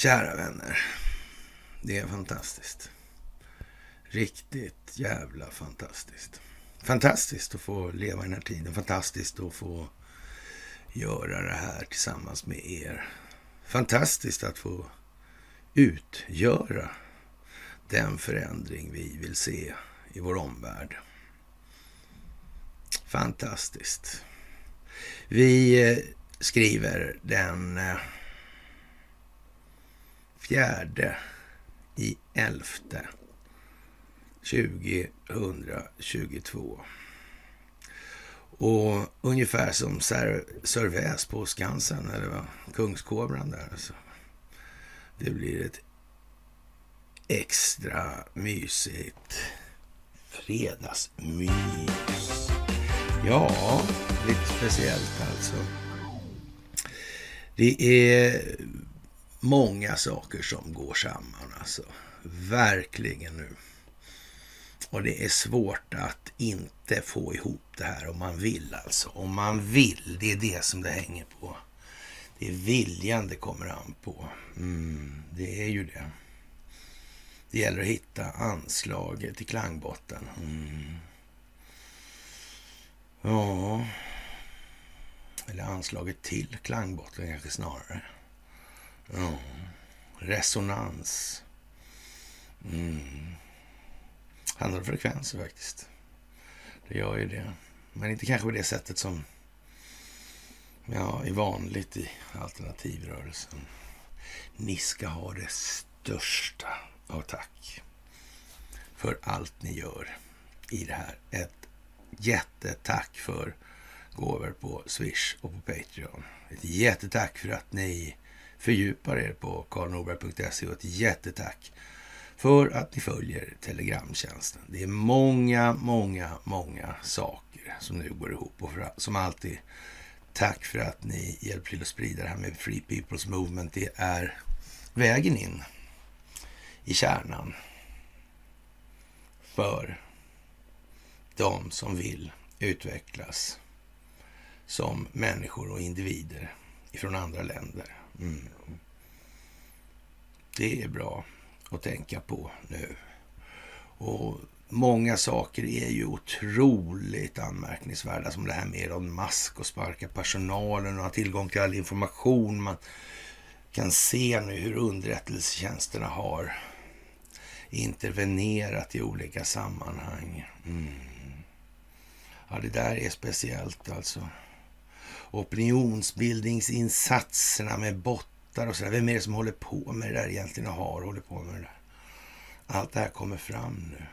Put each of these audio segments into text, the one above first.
Kära vänner, det är fantastiskt. Riktigt jävla fantastiskt. Fantastiskt att få leva i den här tiden. Fantastiskt att få göra det här tillsammans med er. Fantastiskt att få utgöra den förändring vi vill se i vår omvärld. Fantastiskt. Vi skriver den 4/11/2022. Och ungefär som Sir Väs på Skansen, eller vad? Kungskobran där. Alltså. Det blir ett extra mysigt fredagsmys. Ja, lite speciellt alltså. Det är många saker som går samman alltså. Verkligen nu. Och det är svårt att inte få ihop det här om man vill alltså. Om man vill, det är det som det hänger på. Det är viljan det kommer an på. Det är ju det. Det gäller att hitta anslaget i klangbotten. Ja. Eller anslaget till klangbotten kanske snarare. Ja. Resonans. Handlar om frekvenser faktiskt. Det gör ju det. Men inte kanske på det sättet som är vanligt i alternativrörelsen. Ni ska ha det största av tack för allt ni gör i det här. Ett jättetack för gåvor på Swish och på Patreon. Ett jättetack för att ni fördjupar er på karlnorberg.se och ett jättetack för att ni följer telegramtjänsten. Det är många saker som nu går ihop. Och som alltid, tack för att ni hjälper till att sprida det här med Free People's Movement. Det är vägen in i kärnan för de som vill utvecklas som människor och individer ifrån andra länder. Det är bra att tänka på nu. Och många saker är ju otroligt anmärkningsvärda, som det här med Elon Musk och sparka personalen och ha tillgång till all information. Man kan se nu hur underrättelsetjänsterna har intervenerat i olika sammanhang. Ja, det där är speciellt alltså. Opinionsbildningsinsatserna med bottar och sådär. Vem är det som håller på med det där egentligen och håller på med det där? Allt det här kommer fram nu.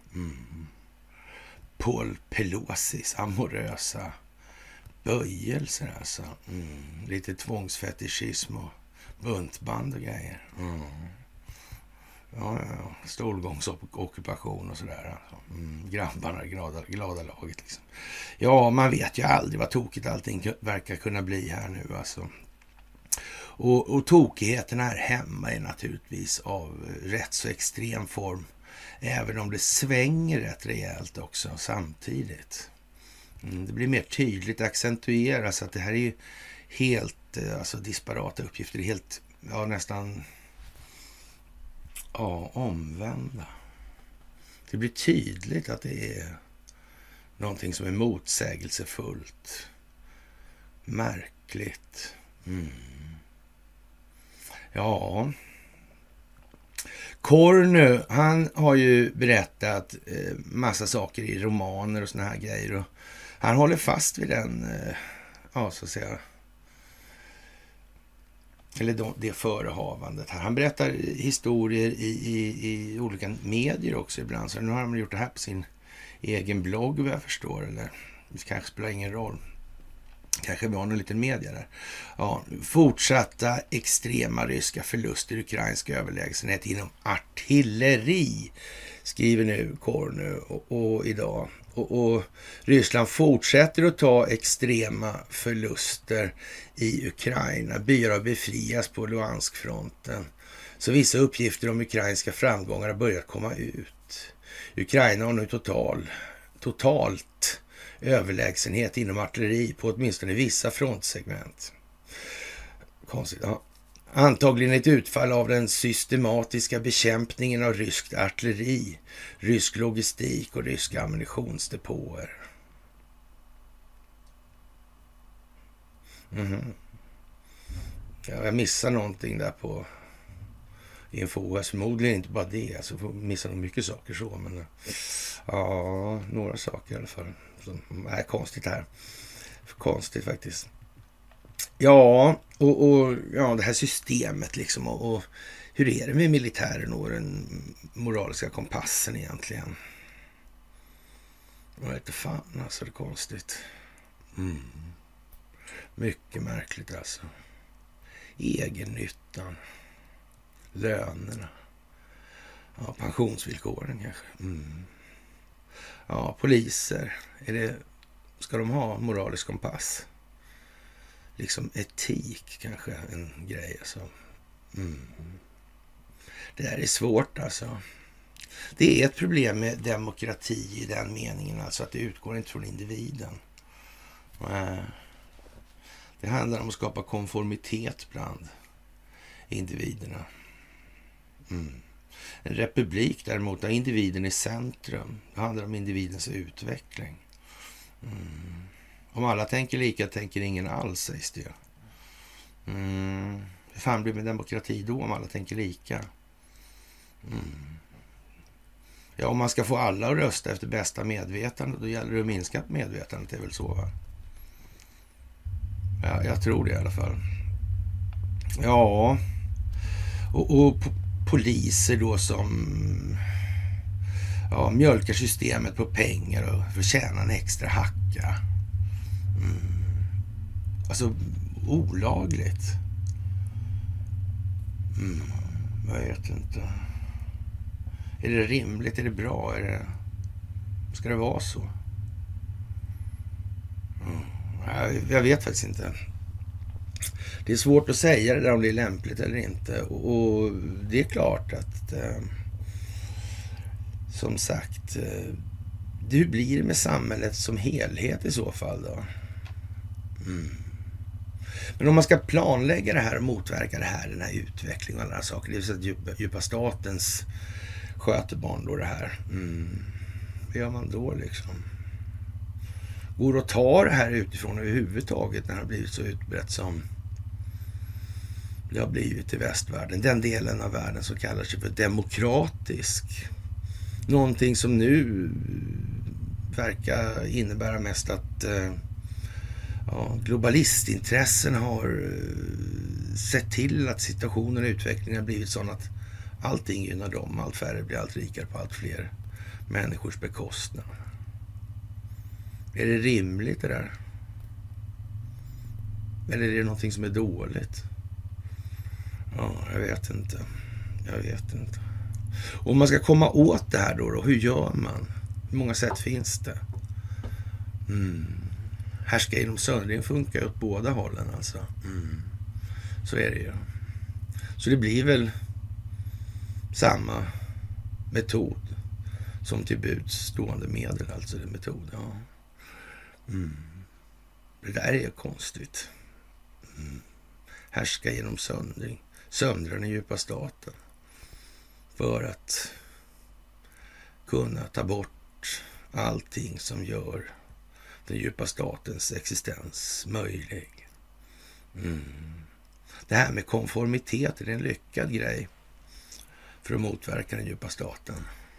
Paul Pelosis amorösa böjelser alltså. Lite tvångsfetischism och buntband och grejer. Ja. Stolgångsockupation och sådär. Alltså. Grabbarna, glada laget liksom. Ja, man vet ju aldrig vad tokigt allting verkar kunna bli här nu alltså. Och tokigheterna här hemma är naturligtvis av rätt så extrem form. Även om det svänger rätt rejält också samtidigt. Det blir mer tydligt accentuerat, så att det här är ju helt disparata uppgifter. Det är helt, nästan omvända. Det blir tydligt att det är någonting som är motsägelsefullt. Märkligt. Ja. Kornu, han har ju berättat massa saker i romaner och såna här grejer. Och han håller fast vid den, så att säga, eller det förehavandet här. Han berättar historier i olika medier också ibland. Så nu har han gjort det här på sin egen blogg, vad jag förstår. Eller det kanske spelar ingen roll. Kanske var någon liten media där. Ja, fortsatta extrema ryska förluster, ukrainska överlägsenhet inom artilleri, skriver nu Kornu och idag. Och Ryssland fortsätter att ta extrema förluster i Ukraina. Byar har befrias på Luhanskfronten. Så vissa uppgifter om ukrainska framgångar har börjat komma ut. Ukraina har nu totalt överlägsenhet inom artilleri på åtminstone vissa frontsegment. Konstigt, ja. Antagligen ett utfall av den systematiska bekämpningen av ryskt artilleri, rysk logistik och ryska ammunitionsdepåer. Ja, jag missar någonting där på InfoOS. Förmodligen inte bara det. Alltså får missa nog mycket saker så. Men ja, några saker i alla fall. Som är konstigt här. Konstigt faktiskt. Ja, och ja, det här systemet liksom. Och hur är det med militären och den moraliska kompassen egentligen? Jag vet inte fan, alltså det är konstigt. Mycket märkligt alltså. Egennyttan. Lönerna. Ja, pensionsvillkoren kanske. Ja, poliser. Ska de ha moralisk kompass? Liksom etik kanske en grej alltså. Det där är svårt alltså. Det är ett problem med demokrati i den meningen alltså att det utgår inte från individen. Det handlar om att skapa konformitet bland individerna. En republik däremot där individen är centrum. Det handlar om individens utveckling. Om alla tänker lika tänker ingen alls, sägs det. Hur fan blir det med demokrati då om alla tänker lika? Ja, om man ska få alla att rösta efter bästa medvetande, då gäller det att minska medvetandet, det är väl så va? Ja, jag tror det i alla fall. Ja, och poliser då som mjölkar systemet på pengar och förtjänar en extra hacka. Alltså olagligt. Jag vet inte. Är det rimligt? Är det bra? Ska det vara så? Jag vet faktiskt inte. Det är svårt att säga det där om det är lämpligt eller inte. Och det är klart att som sagt, hur blir det med samhället som helhet i så fall då? Men om man ska planlägga det här och motverka det här, den här utvecklingen och alla här saker, det vill säga att djupa statens skötebarn då det här. Vad gör man då liksom? Går att ta det här utifrån överhuvudtaget när det har blivit så utbrett som det har blivit i västvärlden. Den delen av världen som kallar sig för demokratisk. Någonting som nu verkar innebära mest att globalistintressen har sett till att situationen och utvecklingen har blivit sån att allting gynnar dem. Allt färre blir allt rikare på allt fler människors bekostnad. Är det rimligt det där? Eller är det någonting som är dåligt? Ja, jag vet inte. Om man ska komma åt det här då, hur gör man? Hur många sätt finns det? Härska inom söndring funkar ju åt båda hållen alltså. Så är det ju. Så det blir väl samma metod som till buds stående medel, alltså det metod. Ja. Det där är konstigt. Härska genom söndring. Söndra den djupa staten. För att kunna ta bort allting som gör den djupa statens existens möjlig. Det här med konformitet är en lyckad grej för att motverka den djupa staten.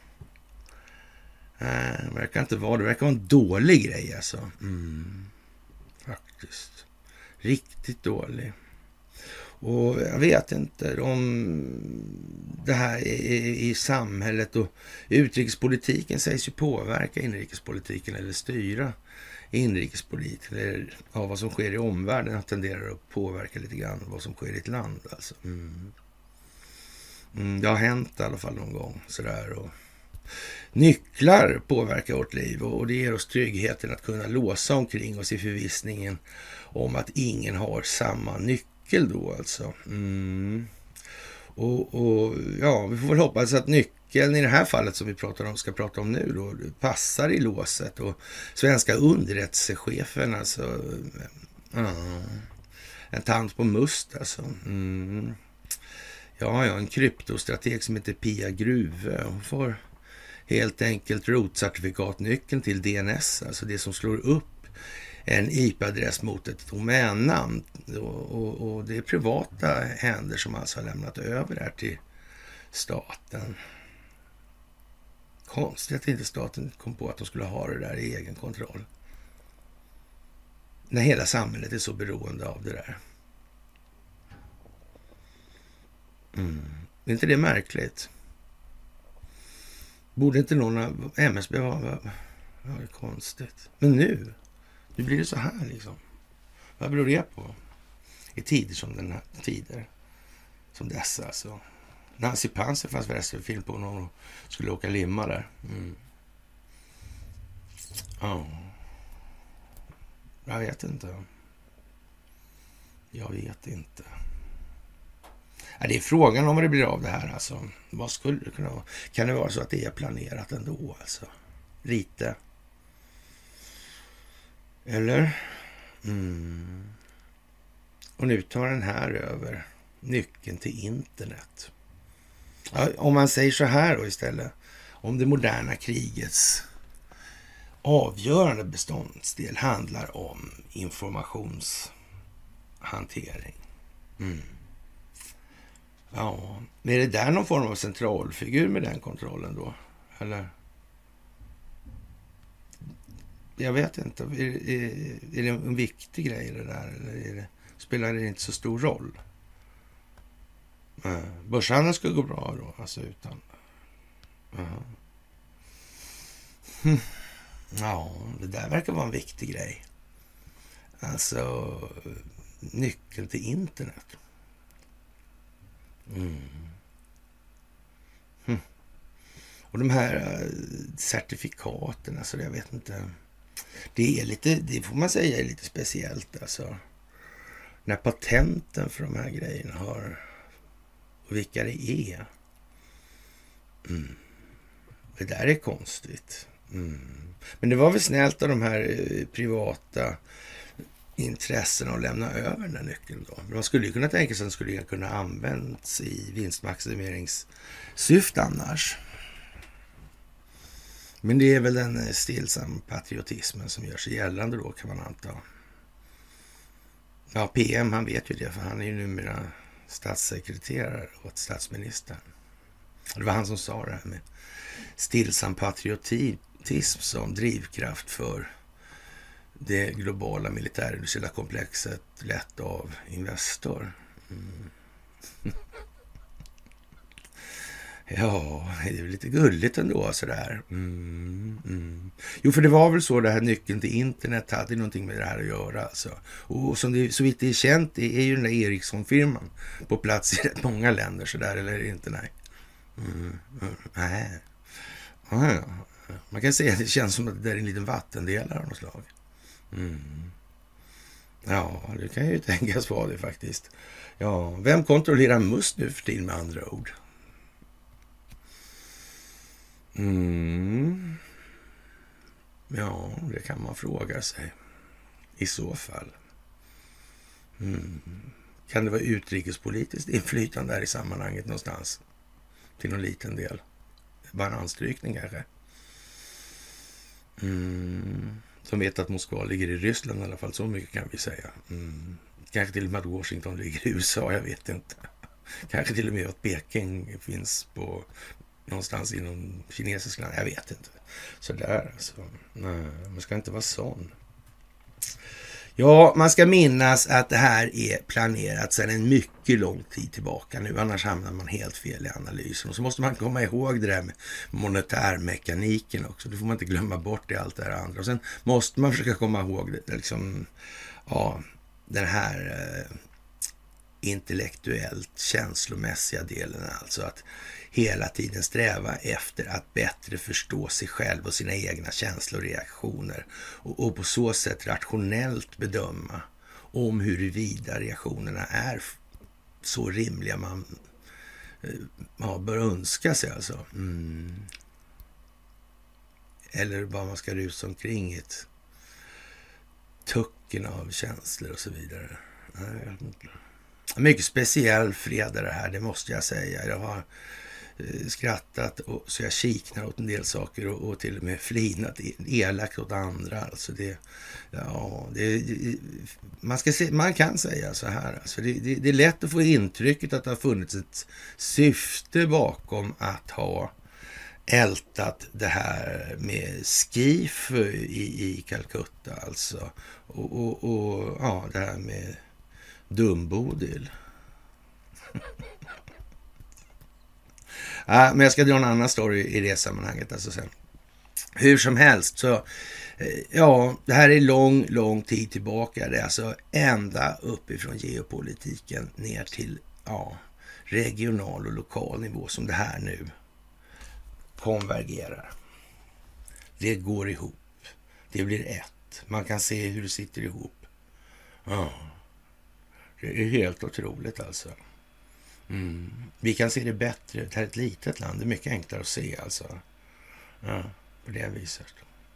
Det verkar inte vara det. Verkar vara en dålig grej alltså. Faktiskt. Riktigt dålig. Och jag vet inte om det här i samhället och utrikespolitiken sägs ju påverka inrikespolitiken eller styra inrikespolitiken. Eller vad som sker i omvärlden tenderar att påverka lite grann vad som sker i ett land. Alltså. Det har hänt i alla fall någon gång. Sådär. Och nycklar påverkar vårt liv och det ger oss tryggheten att kunna låsa omkring oss i förvissningen om att ingen har samma nyckel då alltså. Och ja, vi får väl hoppas att nyckeln i det här fallet som vi ska prata om nu då passar i låset och svenska underrättelsechefen alltså en tant på must alltså. Ja, en kryptostrateg som heter Pia Gruve. Hon får helt enkelt rotcertifikatnyckeln till DNS, alltså det som slår upp en IP-adress mot ett domännamn. Och det är privata händer som alltså har lämnat över det här till staten. Konstigt att inte staten kom på att de skulle ha det där i egen kontroll. När hela samhället är så beroende av det där. Är inte det märkligt? Borde inte någon av MSB vara... Ja, det är konstigt. Men nu blir det så här liksom. Vad beror det på? I tider som den här, tider som dessa alltså. Nancy Panzer fanns förresten film på någon skulle åka limma där. Ja. Jag vet inte. Det är frågan om vad det blir av det här alltså. Vad skulle det kunna vara? Kan det vara så att det är planerat ändå alltså? Lite. Eller? Och nu tar den här över nyckeln till internet. Ja, om man säger så här då istället. Om det moderna krigets avgörande beståndsdel handlar om informationshantering. Ja, är det där någon form av centralfigur med den kontrollen då? Eller? Jag vet inte. Är det en viktig grej det där? Eller spelar det inte så stor roll? Börshandeln ska gå bra då, alltså utan... Ja, det där verkar vara en viktig grej. Alltså, nyckeln till internet. Och de här certifikaten, alltså jag vet inte. Det är lite, det får man säga är lite speciellt alltså. När patenten för de här grejerna har, och vilka det är. Det där är konstigt. Men det var väl snällt av de här privata intressena att lämna över den här nyckeln då. Man skulle ju kunna tänka sig att den skulle kunna användas i vinstmaximeringssyfte annars. Men det är väl den stillsam patriotismen som gör sig gällande då, kan man anta. Ja, PM, han vet ju det, för han är ju numera statssekreterare åt statsministern. Det var han som sa det här med stillsam patriotism som drivkraft för det globala militärindustriella komplexet lett av Investor. Ja, det är lite gulligt ändå sådär. Jo, för det var väl så det här nyckeln till internet hade någonting med det här att göra alltså. Och som det, så vitt det är känt är ju den där Ericsson-firman på plats i rätt många länder sådär, eller inte? Nej. Nej. Man kan säga att det känns som att det är en liten vattendelare av något slag. Ja, det kan ju tänkas vara det faktiskt. Ja, vem kontrollerar Must nu för tiden med andra ord? Ja, det kan man fråga sig. I så fall. Kan det vara utrikespolitiskt inflytande där i sammanhanget någonstans? Till någon liten del. Bara en anstrykning kanske. Som vet att Moskva ligger i Ryssland i alla fall, så mycket kan vi säga. Kanske till och med att Washington ligger i USA, jag vet inte. Kanske till och med att Peking finns på någonstans inom kinesisk land, jag vet inte. Så där alltså. Nej, man ska inte vara sån. Ja, man ska minnas att det här är planerat sedan en mycket lång tid tillbaka nu, annars hamnar man helt fel i analysen. Och så måste man komma ihåg det där med monetärmekaniken också. Det får man inte glömma bort i allt det här andra. Och sen måste man försöka komma ihåg det, liksom, ja, den här intellektuellt känslomässiga delen, alltså att hela tiden sträva efter att bättre förstå sig själv och sina egna känslor och reaktioner och på så sätt rationellt bedöma om huruvida reaktionerna är så rimliga man bör önska sig alltså. Eller bara man ska rusa omkring i ett tucken av känslor och så vidare. Nej, jag vet inte. Mycket speciell fredag det här, det måste jag säga. Jag har skrattat så jag kiknar åt en del saker och till och med flinat elakt åt andra. Alltså man kan säga så här. Alltså det är lätt att få intrycket att det har funnits ett syfte bakom att ha ältat det här med SKIF i Calcutta alltså. Och ja, det här med Dumbodil. Men jag ska dra en annan story i det sammanhanget alltså sen. Hur som helst så, ja, det här är lång tid tillbaka. Det är alltså ända uppifrån geopolitiken ner till regional och lokal nivå som det här nu konvergerar. Det går ihop. Det blir ett. Man kan se hur det sitter ihop. Det är helt otroligt alltså. Vi kan se det bättre. Det här är ett litet land. Det är mycket enklare att se alltså. Ja, på det viset.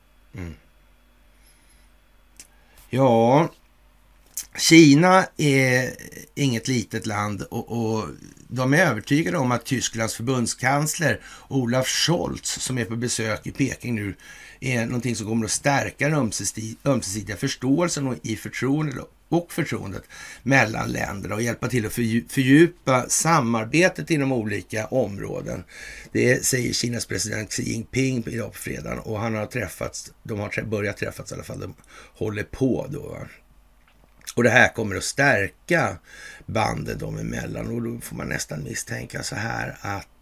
Ja, Kina är inget litet land och de är övertygade om att Tysklands förbundskansler Olaf Scholz som är på besök i Peking nu är någonting som kommer att stärka den ömsesidiga förståelsen i förtroendet mellan länderna och hjälpa till att fördjupa samarbetet inom olika områden. Det säger Kinas president Xi Jinping idag på fredagen och han har träffats, de har börjat träffas i alla fall, de håller på då. Och det här kommer att stärka banden dem emellan och då får man nästan misstänka så här att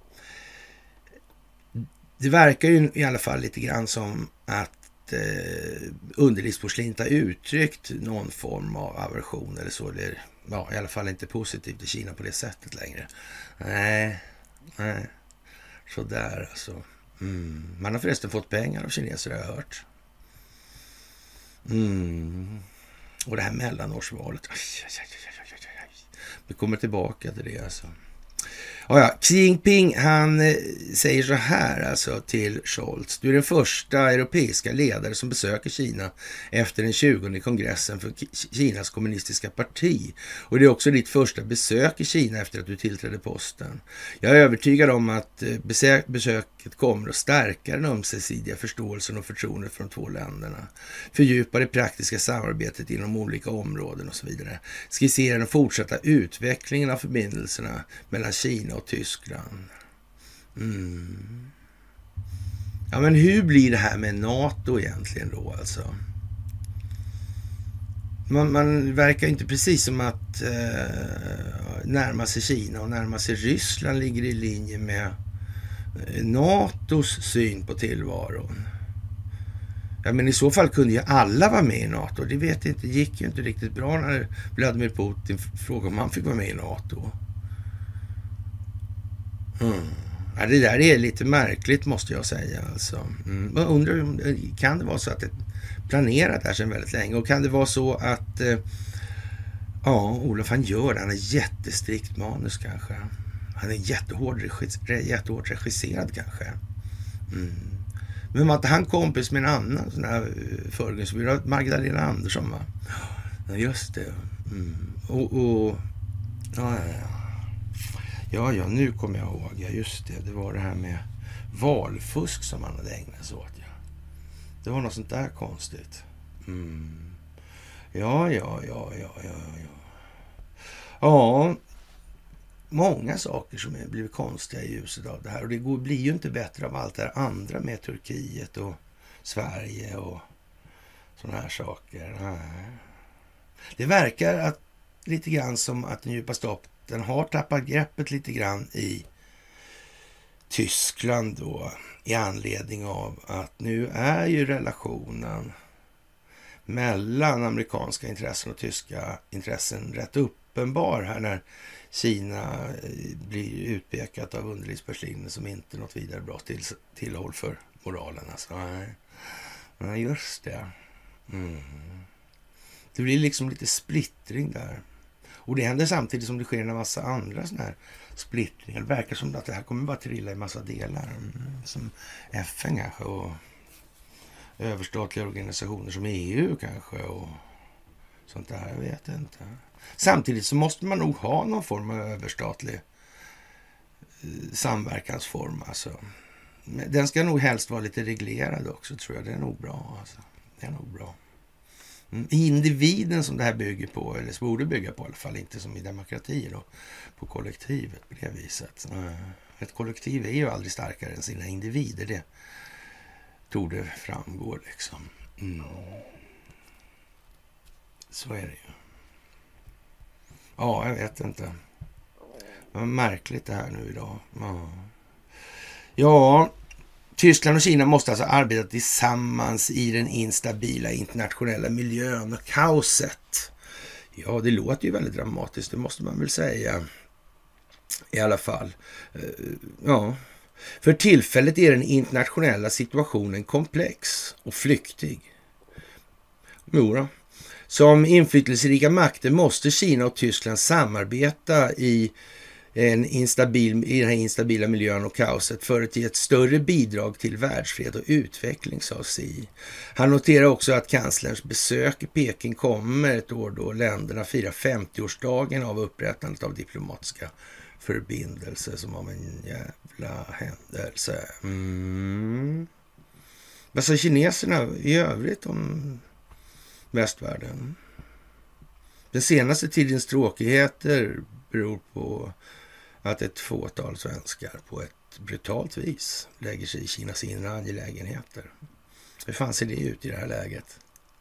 det verkar ju i alla fall lite grann som att underlivsporslin har uttryckt någon form av aversion eller så. Eller, ja, i alla fall inte positivt i Kina på det sättet längre. Nej. Så där alltså. Man har förresten fått pengar av kineser, har jag hört. Och det här mellanårsvalet. Vi kommer tillbaka till det alltså. Ja, Xi Jinping han säger så här alltså till Scholz. Du är den första europeiska ledare som besöker Kina efter den 20:e kongressen för Kinas kommunistiska parti. Och det är också ditt första besök i Kina efter att du tillträdde posten. Jag är övertygad om att besöket kommer att stärka den ömsesidiga förståelsen och förtroendet från de två länderna. Fördjupa det praktiska samarbetet inom olika områden och så vidare. Skissera den fortsatta utvecklingen av förbindelserna mellan Kina och Tyskland. Ja, men hur blir det här med NATO egentligen då alltså? Man verkar inte precis som att närma sig Kina och närma sig Ryssland ligger i linje med NATOs syn på tillvaron. Ja, men i så fall kunde ju alla vara med i NATO. Det vet jag inte, gick ju inte riktigt bra när Vladimir Putin frågade om han fick vara med i NATO. Ja, det där är lite märkligt måste jag säga alltså. Jag undrar, kan det vara så att det planerat här sedan väldigt länge och kan det vara så att Olof han gör det, han är jättestrikt manus kanske. Han är jättehårt regisserad kanske. Men var inte han kompis med en annan sån här förgrundsbyrå, Magdalena Andersson va? Ja, just det. Ja, nu kommer jag ihåg. Ja, just det. Det var det här med valfusk som han hade ägnat sig åt. Ja. Det var något sånt där konstigt. Ja. Ja, många saker som är blivit konstiga i ljuset av det här. Och det blir ju inte bättre av allt det här andra med Turkiet och Sverige och såna här saker. Nej. Det verkar att lite grann som att den djupa staten har tappat greppet lite grann i Tyskland då i anledning av att nu är ju relationen mellan amerikanska intressen och tyska intressen rätt uppenbar här när Kina blir utpekat av underlivsporslin som inte något vidare bra tillhåll för moralen. Alltså. Nej, just det. Det blir liksom lite splittring där. Och det händer samtidigt som det sker en massa andra sådana här splittringar. Det verkar som att det här kommer bara trilla i massa delar. Som FN kanske och överstatliga organisationer som EU kanske och sånt där, jag vet inte. Samtidigt så måste man nog ha någon form av överstatlig samverkansform. Alltså. Den ska nog helst vara lite reglerad också, tror jag. Det är nog bra. Alltså. Det är nog bra. Individen som det här bygger på, eller borde bygga på i alla fall, inte som i demokrati då, på kollektivet på det viset. Ett kollektiv är ju aldrig starkare än sina individer, det torde framgå liksom. Så är det ju. Ja, jag vet inte. Vad märkligt det här nu idag. Ja, Tyskland och Kina måste alltså arbeta tillsammans i den instabila internationella miljön och kaoset. Ja, det låter ju väldigt dramatiskt, det måste man väl säga. I alla fall. Ja. För tillfället är den internationella situationen komplex och flyktig. Jodå. Som inflytelserika makter måste Kina och Tyskland samarbeta i den här instabila miljön och kaoset för att ge ett större bidrag till världsfred och utveckling, sa Xi. Han noterar också att kanslerns besök i Peking kommer ett år då länderna firar 50-årsdagen av upprättandet av diplomatiska förbindelser, som av en jävla händelse. Vad sa kineserna i övrigt om västvärlden? Den senaste tidens tråkigheter beror på att ett fåtal svenskar på ett brutalt vis lägger sig i Kinas inre angelägenheter. Hur fan ser det ut i det här läget?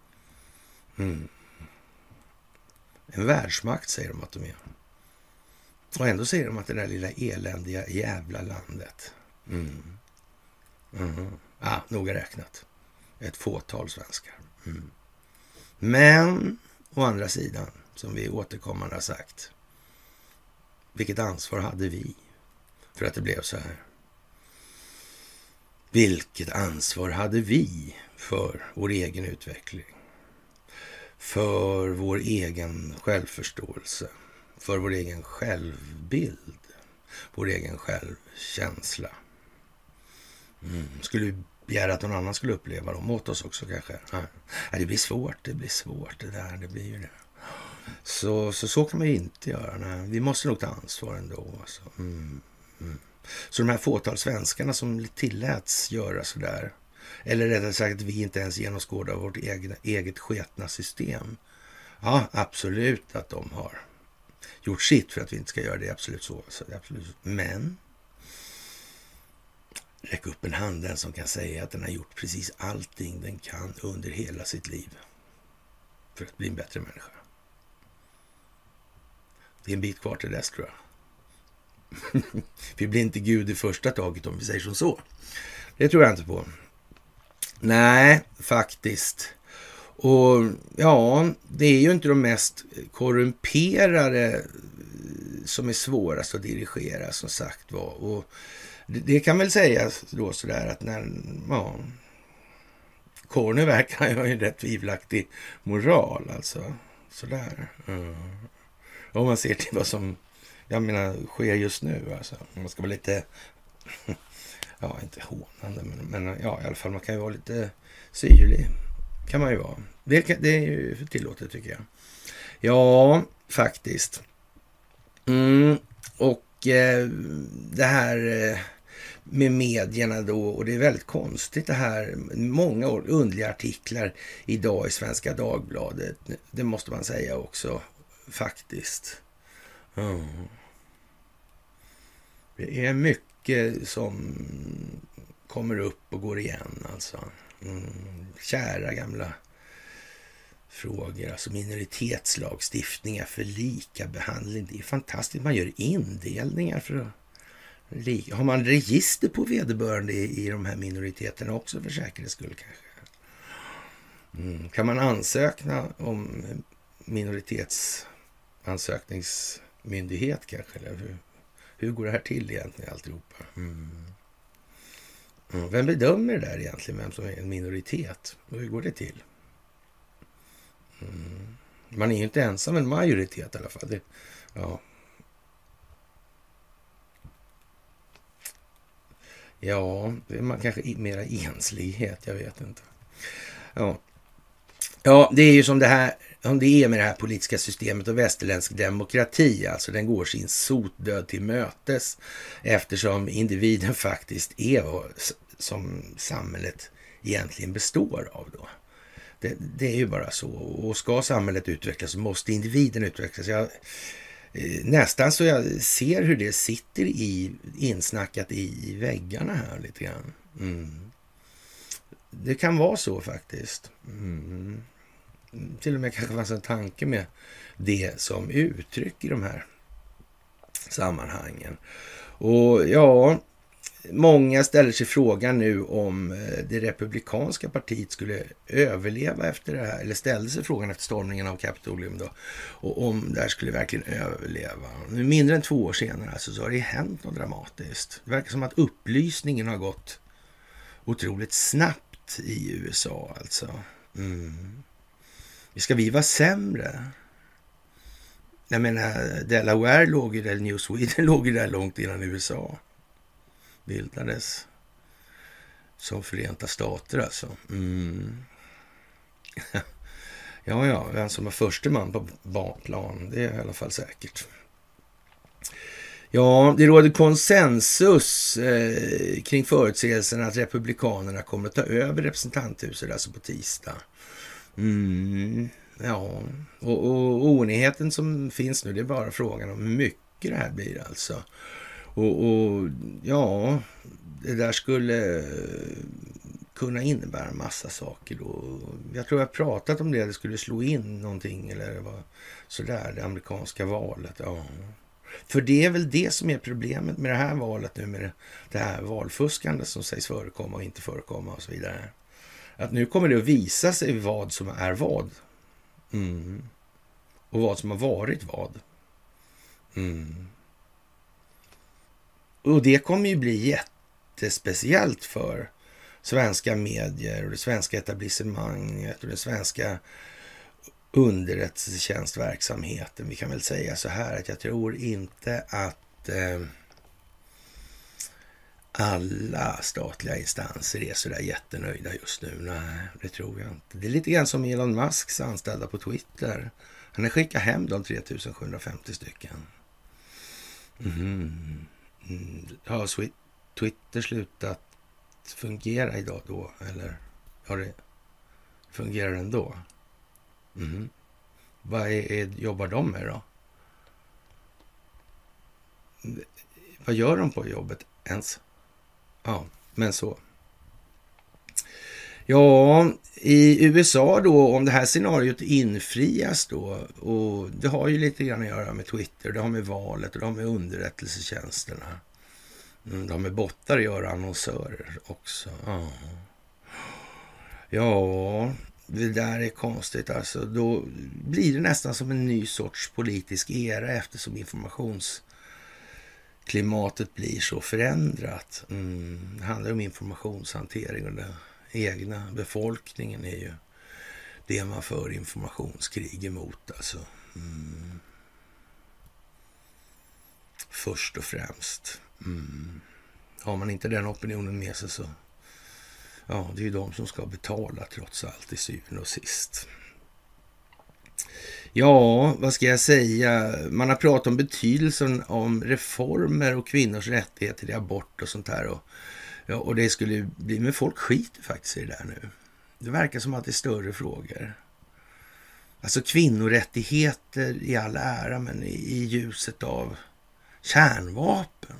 En världsmakt säger de att de är. Och ändå säger de att det där lilla eländiga jävla landet. Noga räknat. Ett fåtal svenskar. Men å andra sidan, som vi återkommande har sagt, vilket ansvar hade vi för att det blev så här? Vilket ansvar hade vi för vår egen utveckling? För vår egen självförståelse? För vår egen självbild? Vår egen självkänsla? Skulle vi begära att någon annan skulle uppleva dem åt oss också kanske? Det blir svårt det där, det blir ju det. Så kan man ju inte göra. Nej. Vi måste nog ta ansvar ändå. Alltså. Så de här fåtal svenskarna som tilläts göra sådär, eller rättare sagt att vi inte ens genomskådar vårt eget sketna system. Ja, absolut att de har gjort sitt för att vi inte ska göra det. Absolut så. Absolut. Men räck upp en hand den som kan säga att den har gjort precis allting den kan under hela sitt liv för att bli en bättre människa. Det är en bit kvar till dess, tror jag. Vi blir inte Gud i första taget, om vi säger som så. Det tror jag inte på. Nej, faktiskt. Och ja, det är ju inte de mest korrumperade som är svårast att dirigera, som sagt var. Och det kan väl sägas då sådär att när Corny verkar ju en rätt tvivelaktig moral, alltså. Sådär. Om man ser till vad som, jag menar, sker just nu, alltså. Man ska vara lite, ja, inte hånande, men ja, i alla fall man kan ju vara lite syrlig. Kan man ju vara. Det är ju tillåtet, tycker jag. Ja, faktiskt. Och det här med medierna då, och det är väldigt konstigt det här. Många underliga artiklar idag i Svenska Dagbladet. Det måste man säga också, faktiskt. Det är mycket som kommer upp och går igen, alltså. Kära gamla frågor, alltså minoritetslagstiftningar för lika behandling. Det är fantastiskt. Man gör indelningar för att har man register på vederbörande i de här minoriteterna också för säkerhets skull kanske? Kan man ansöka om minoritetsansökningsmyndighet kanske? Eller hur går det här till egentligen alltihopa? Vem bedömer det där egentligen, vem som är en minoritet? Och hur går det till? Man är ju inte ensam, en majoritet i alla fall. Ja, det är man kanske mera enslighet, jag vet inte. Ja, Ja, det är ju som det här, om det är med det här politiska systemet och västerländsk demokrati, alltså den går sin sotdöd till mötes eftersom individen faktiskt är vad som samhället egentligen består av då. Det är ju bara så. Och ska samhället utvecklas så måste individen utvecklas. Nästan så jag ser hur det sitter insnackat i väggarna här lite grann. Det kan vara så faktiskt. Till och med kanske fanns en tanke med det som uttryck i de här sammanhangen. Och ja, många ställer sig frågan nu om det republikanska partiet skulle överleva efter det här, eller ställde sig frågan efter stormningen av Kapitolium då, och om det här skulle verkligen överleva. Nu mindre än 2 år senare alltså, så har det hänt något dramatiskt. Det verkar som att upplysningen har gått otroligt snabbt i USA alltså. Ska vi vara sämre? Jag menar, Delaware låg ju där, New Sweden låg ju där långt innan USA bildades som Förenta Stater alltså. Ja, vem som var förste man på barnplan, det är i alla fall säkert. Ja, det råder konsensus kring förutsägelsen att republikanerna kommer att ta över representanthuset alltså på tisdag. Ja, och oenigheten som finns nu, det är bara frågan om hur mycket det här blir alltså. Och ja, det där skulle kunna innebära en massa saker då. Jag tror jag pratat om det skulle slå in någonting eller det var sådär, det amerikanska valet. Ja. För det är väl det som är problemet med det här valet nu, med det här valfuskande som sägs förekomma och inte förekomma och så vidare. Att nu kommer det att visa sig vad som är vad. Och vad som har varit vad. Och det kommer ju bli jättespeciellt för svenska medier och det svenska etablissemanget och den svenska underrättelsetjänstverksamheten. Vi kan väl säga så här att jag tror inte att alla statliga instanser är så där jättenöjda just nu. Nej, det tror jag inte. Det är lite grann som Elon Musks anställda på Twitter. Han har skickat hem de 3750 stycken. Har Twitter slutat fungera idag då? Eller har det fungerar den då? Vad jobbar de med då? Vad gör de på jobbet ens? Ja, men så. Ja, i USA då, om det här scenariot infrias då, och det har ju lite grann att göra med Twitter, det har med valet och det har med underrättelsetjänsterna. Det har med bottar att göra, annonsörer också. Ja, det där är konstigt alltså. Då blir det nästan som en ny sorts politisk era eftersom informationsklimatet blir så förändrat. Det handlar om informationshantering och den egna befolkningen är ju det man för informationskrig emot alltså. Först och främst. Har man inte den opinionen med sig så ja, det är ju de som ska betala trots allt i syvende och sist. Ja, vad ska jag säga? Man har pratat om betydelsen om reformer och kvinnors rättigheter till abort och sånt här. Och det skulle bli, men folk skiter faktiskt i det där nu. Det verkar som att det är större frågor. Alltså kvinnorättigheter i all ära, men i ljuset av kärnvapen.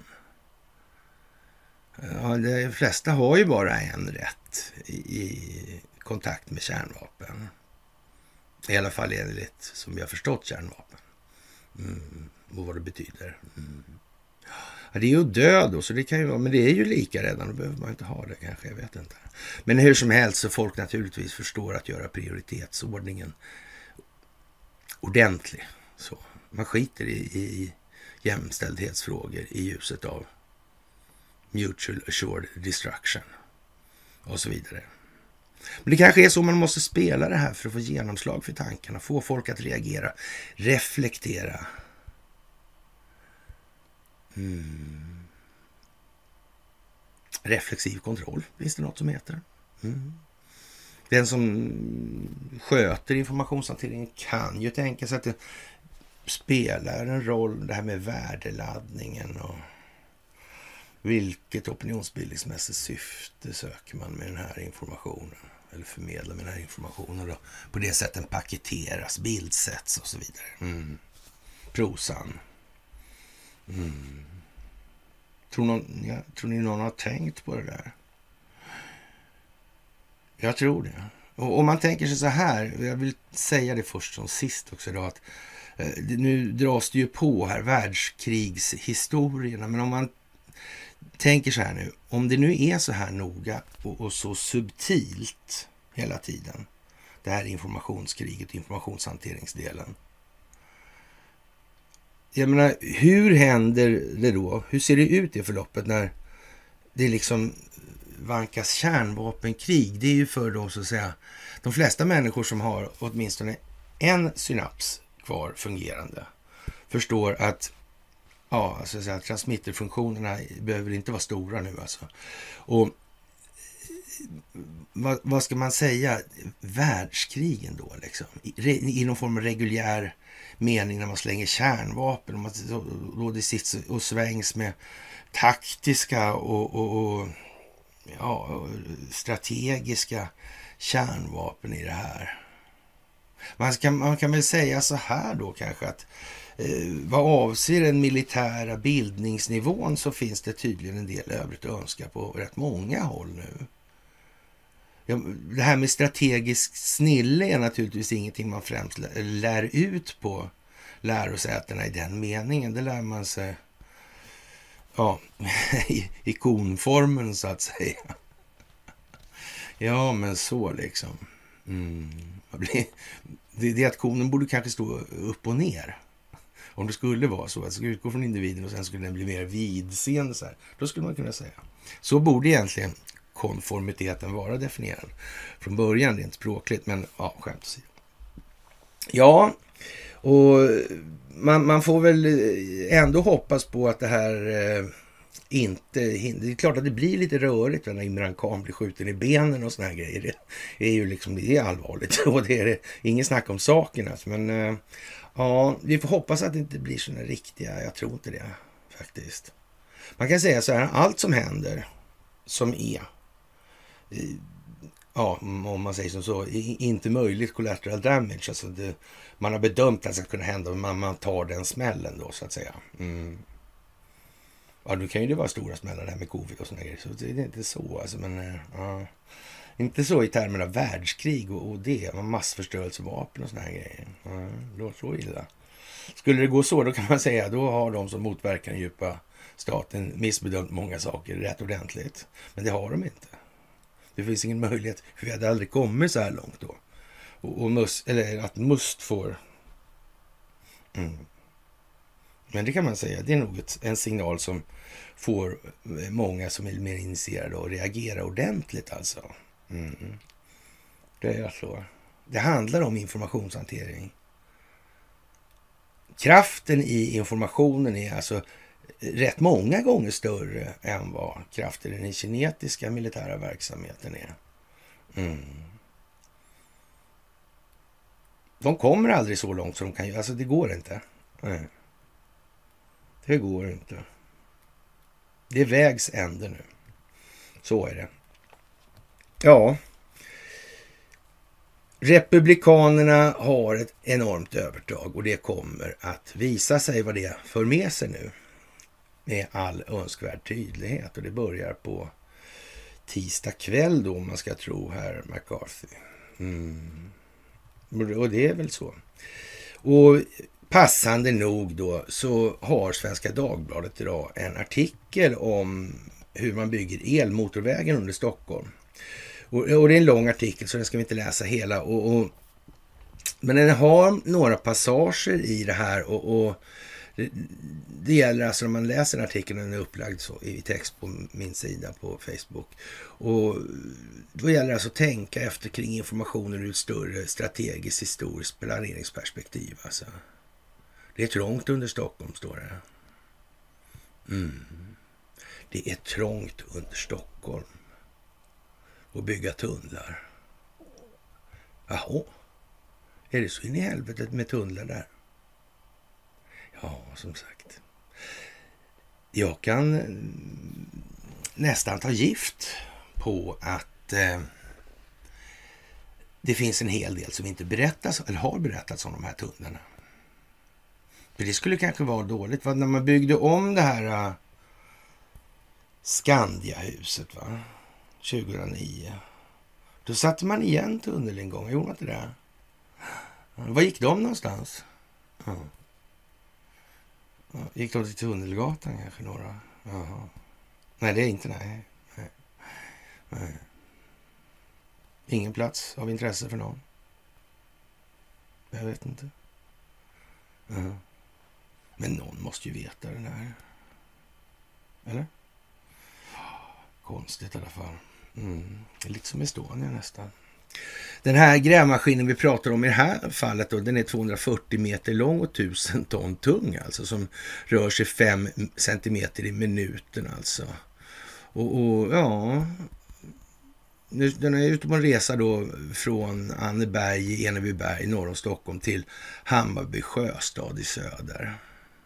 Ja, de flesta har ju bara en rätt i kontakt med kärnvapen. I alla fall enligt som vi har förstått kärnvapen. Och vad det betyder. Ja, det är ju död då, så det kan ju vara, men det är ju lika redan, då behöver man inte ha det kanske, jag vet inte. Men hur som helst så folk naturligtvis förstår att göra prioritetsordningen ordentlig. Så man skiter i jämställdhetsfrågor i ljuset av mutual assured destruction och så vidare. Men det kanske är så man måste spela det här för att få genomslag för tankarna, få folk att reagera, reflektera. Reflexiv kontroll, finns det något som heter. Den som sköter informationshanteringen kan ju tänka sig att det spelar en roll det här med värdeladdningen och vilket opinionsbildningsmässigt syfte söker man med den här informationen eller förmedlar med den här informationen då. På det sättet den paketeras, bildsätts och så vidare. Prosan. Tror ni någon har tänkt på det där? Jag tror det. Och om man tänker sig så här, jag vill säga det först som sist också då, att nu dras det ju på här världskrigshistorierna, men om man tänker så här nu, om det nu är så här noga och så subtilt hela tiden, det här informationskriget, informationshanteringsdelen. Jag menar, hur händer det då? Hur ser det ut i förloppet när det liksom vankas kärnvapenkrig? Det är ju för då så att säga de flesta människor som har åtminstone en synaps kvar fungerande förstår att så att säga, transmitterfunktionerna behöver inte vara stora nu alltså. Och vad ska man säga? Världskrigen då liksom. I någon form av reguljär mening när man slänger kärnvapen och då det sitter och svängs med taktiska och strategiska kärnvapen i det här. Man kan väl säga så här då kanske att vad avser den militära bildningsnivån så finns det tydligen en del övrigt att önska på rätt många håll nu. Det här med strategisk snille är naturligtvis ingenting man främst lär ut på lärosätena i den meningen. Det lär man sig i konformen så att säga. Ja, men så liksom. Det är att konen borde kanske stå upp och ner. Om det skulle vara så att det skulle utgå från individen och sen skulle den bli mer vidseende så här, då skulle man kunna säga. Så borde egentligen konformiteten vara definierad från början rent språkligt, men skämt åsido. Ja, och man får väl ändå hoppas på att det här inte... Det är klart att det blir lite rörigt när Imran Khan blir skjuten i benen och såna här grejer. Det är ju liksom, det är allvarligt och det är ingen snack om saken alltså. Men vi får hoppas att det inte blir såna riktiga, jag tror inte det faktiskt. Man kan säga så här, allt som händer som är om man säger som så, inte möjligt collateral damage, alltså man har bedömt att det ska kunna hända, men man tar den smällen då så att säga. Ja, då kan ju det vara stora smällar där med covid och såna grejer, så det är inte så alltså, men inte så i termerna av världskrig och det, massförstörelsevapen och såna här grejer. Då så illa. Skulle det gå så, då kan man säga, då har de som motverkar den djupa staten missbedömt många saker rätt ordentligt. Men det har de inte. Det finns ingen möjlighet, för vi hade aldrig kommit så här långt då. Att must får... Men det kan man säga, det är nog en signal som får många som är mer initierade att reagera ordentligt alltså. Det är så. Det handlar om informationshantering. Kraften i informationen är alltså rätt många gånger större än vad kraften i den kinetiska militära verksamheten är. De kommer aldrig så långt som de kan. Alltså det går inte. Nej. Det går inte. Det är vägs ände nu. Så är det. Ja. Republikanerna har ett enormt övertag och det kommer att visa sig vad det för med sig nu. Med all önskvärd tydlighet. Och det börjar på tisdag kväll då, om man ska tro herr McCarthy. Och det är väl så. Och passande nog då så har Svenska Dagbladet idag en artikel om hur man bygger elmotorvägen under Stockholm. Och det är en lång artikel så den ska vi inte läsa hela. Men den har några passager i det här och det gäller alltså när man läser artikeln, den är upplagd så i text på min sida på Facebook. Och då gäller det alltså att tänka efter kring informationen ur ett större strategiskt historiskt planeringsperspektiv. Alltså. Det är trångt under Stockholm, står det. Det är trångt under Stockholm. Och bygga tunnlar. Jaha, är det så in i helvetet med tunnlar där? Ja, som sagt. Jag kan nästan ta gift på att det finns en hel del som inte berättas eller har berättats om de här tunnlarna. För det skulle kanske vara dåligt. För när man byggde om det här Skandiahuset 2009. Då satte man igen tunnelingången. Gjorde man inte det? Var gick de någonstans? Ja. Gick de till Tunnelgatan kanske några? Jaha. Nej, det är inte. Nej. Ingen plats av intresse för någon. Jag vet inte. Men någon måste ju veta det där. Eller? Konstigt i alla fall. Det är lite som Estonia nästan. Den här grävmaskinen vi pratar om i det här fallet då, den är 240 meter lång och 1000 ton tung alltså, som rör sig 5 centimeter i minuten alltså. Och ja, den är ute på en resa då från Anneberg i Enebyberg norr om Stockholm till Hammarby sjöstad i söder.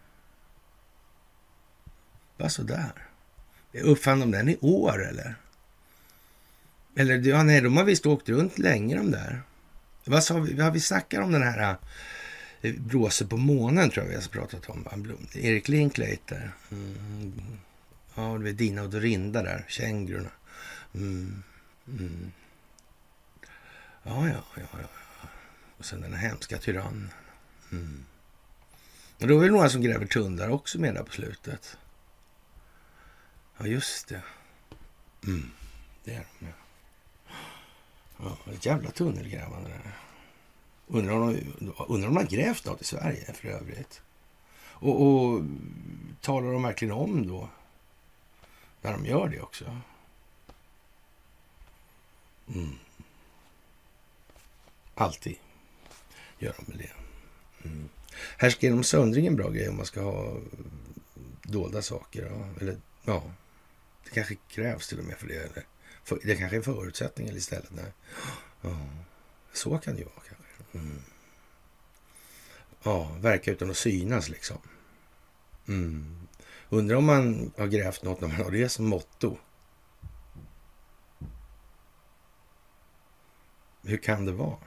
Vad så där? Uppfann de den i år eller? Eller ja, nej, de har visst åkt runt länge de där. Vad sa vi? Har vi snackat om den här blåser på månen tror jag vi har pratat om. Erik Linklater. Ja, det är Dina och Dorinda där. Kängurorna. Ja. Och sen den här hemska tyrann. Och då är det några som gräver tunnlar också med där på slutet. Ja, just det. Det är de, ja. Ja, ett jävla tunnelgrävande där. Undrar om de har grävt något i Sverige för övrigt. Och talar de verkligen om då när de gör det också? Alltid gör de väl det. Här ska genom söndring en bra grej om man ska ha dolda saker. Ja. Eller ja, det kanske krävs till och med för det. Eller det kanske är en förutsättning eller istället. Nej. Ja, så kan det ju vara kanske. Ja, verka utan att synas liksom. Undrar om man har grävt något när man har det som motto. Hur kan det vara?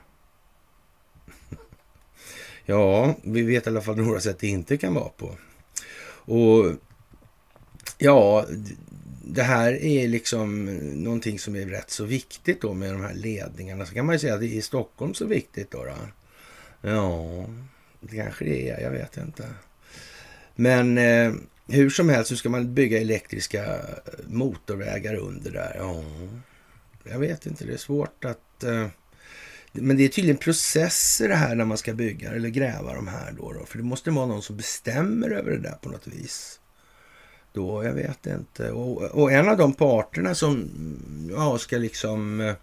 Ja, vi vet i alla fall några sätt det inte kan vara på. Och ja, det här är liksom någonting som är rätt så viktigt då med de här ledningarna. Så kan man ju säga att det är i Stockholm så viktigt då. Ja, det kanske det är, jag vet inte. Men hur som helst så ska man bygga elektriska motorvägar under där. Ja, jag vet inte, det är svårt att... Men det är tydligen processer det här när man ska bygga eller gräva de här då. För det måste vara någon som bestämmer över det där på något vis. Då, jag vet inte. Och en av de parterna som ska liksom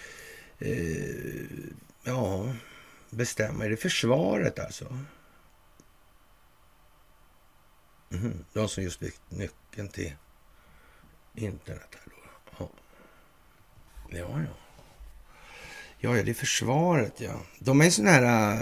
bestämma, är det försvaret alltså? De som just fick nyckeln till internet här då. Ja. Ja, det är försvaret, ja. De är en sån här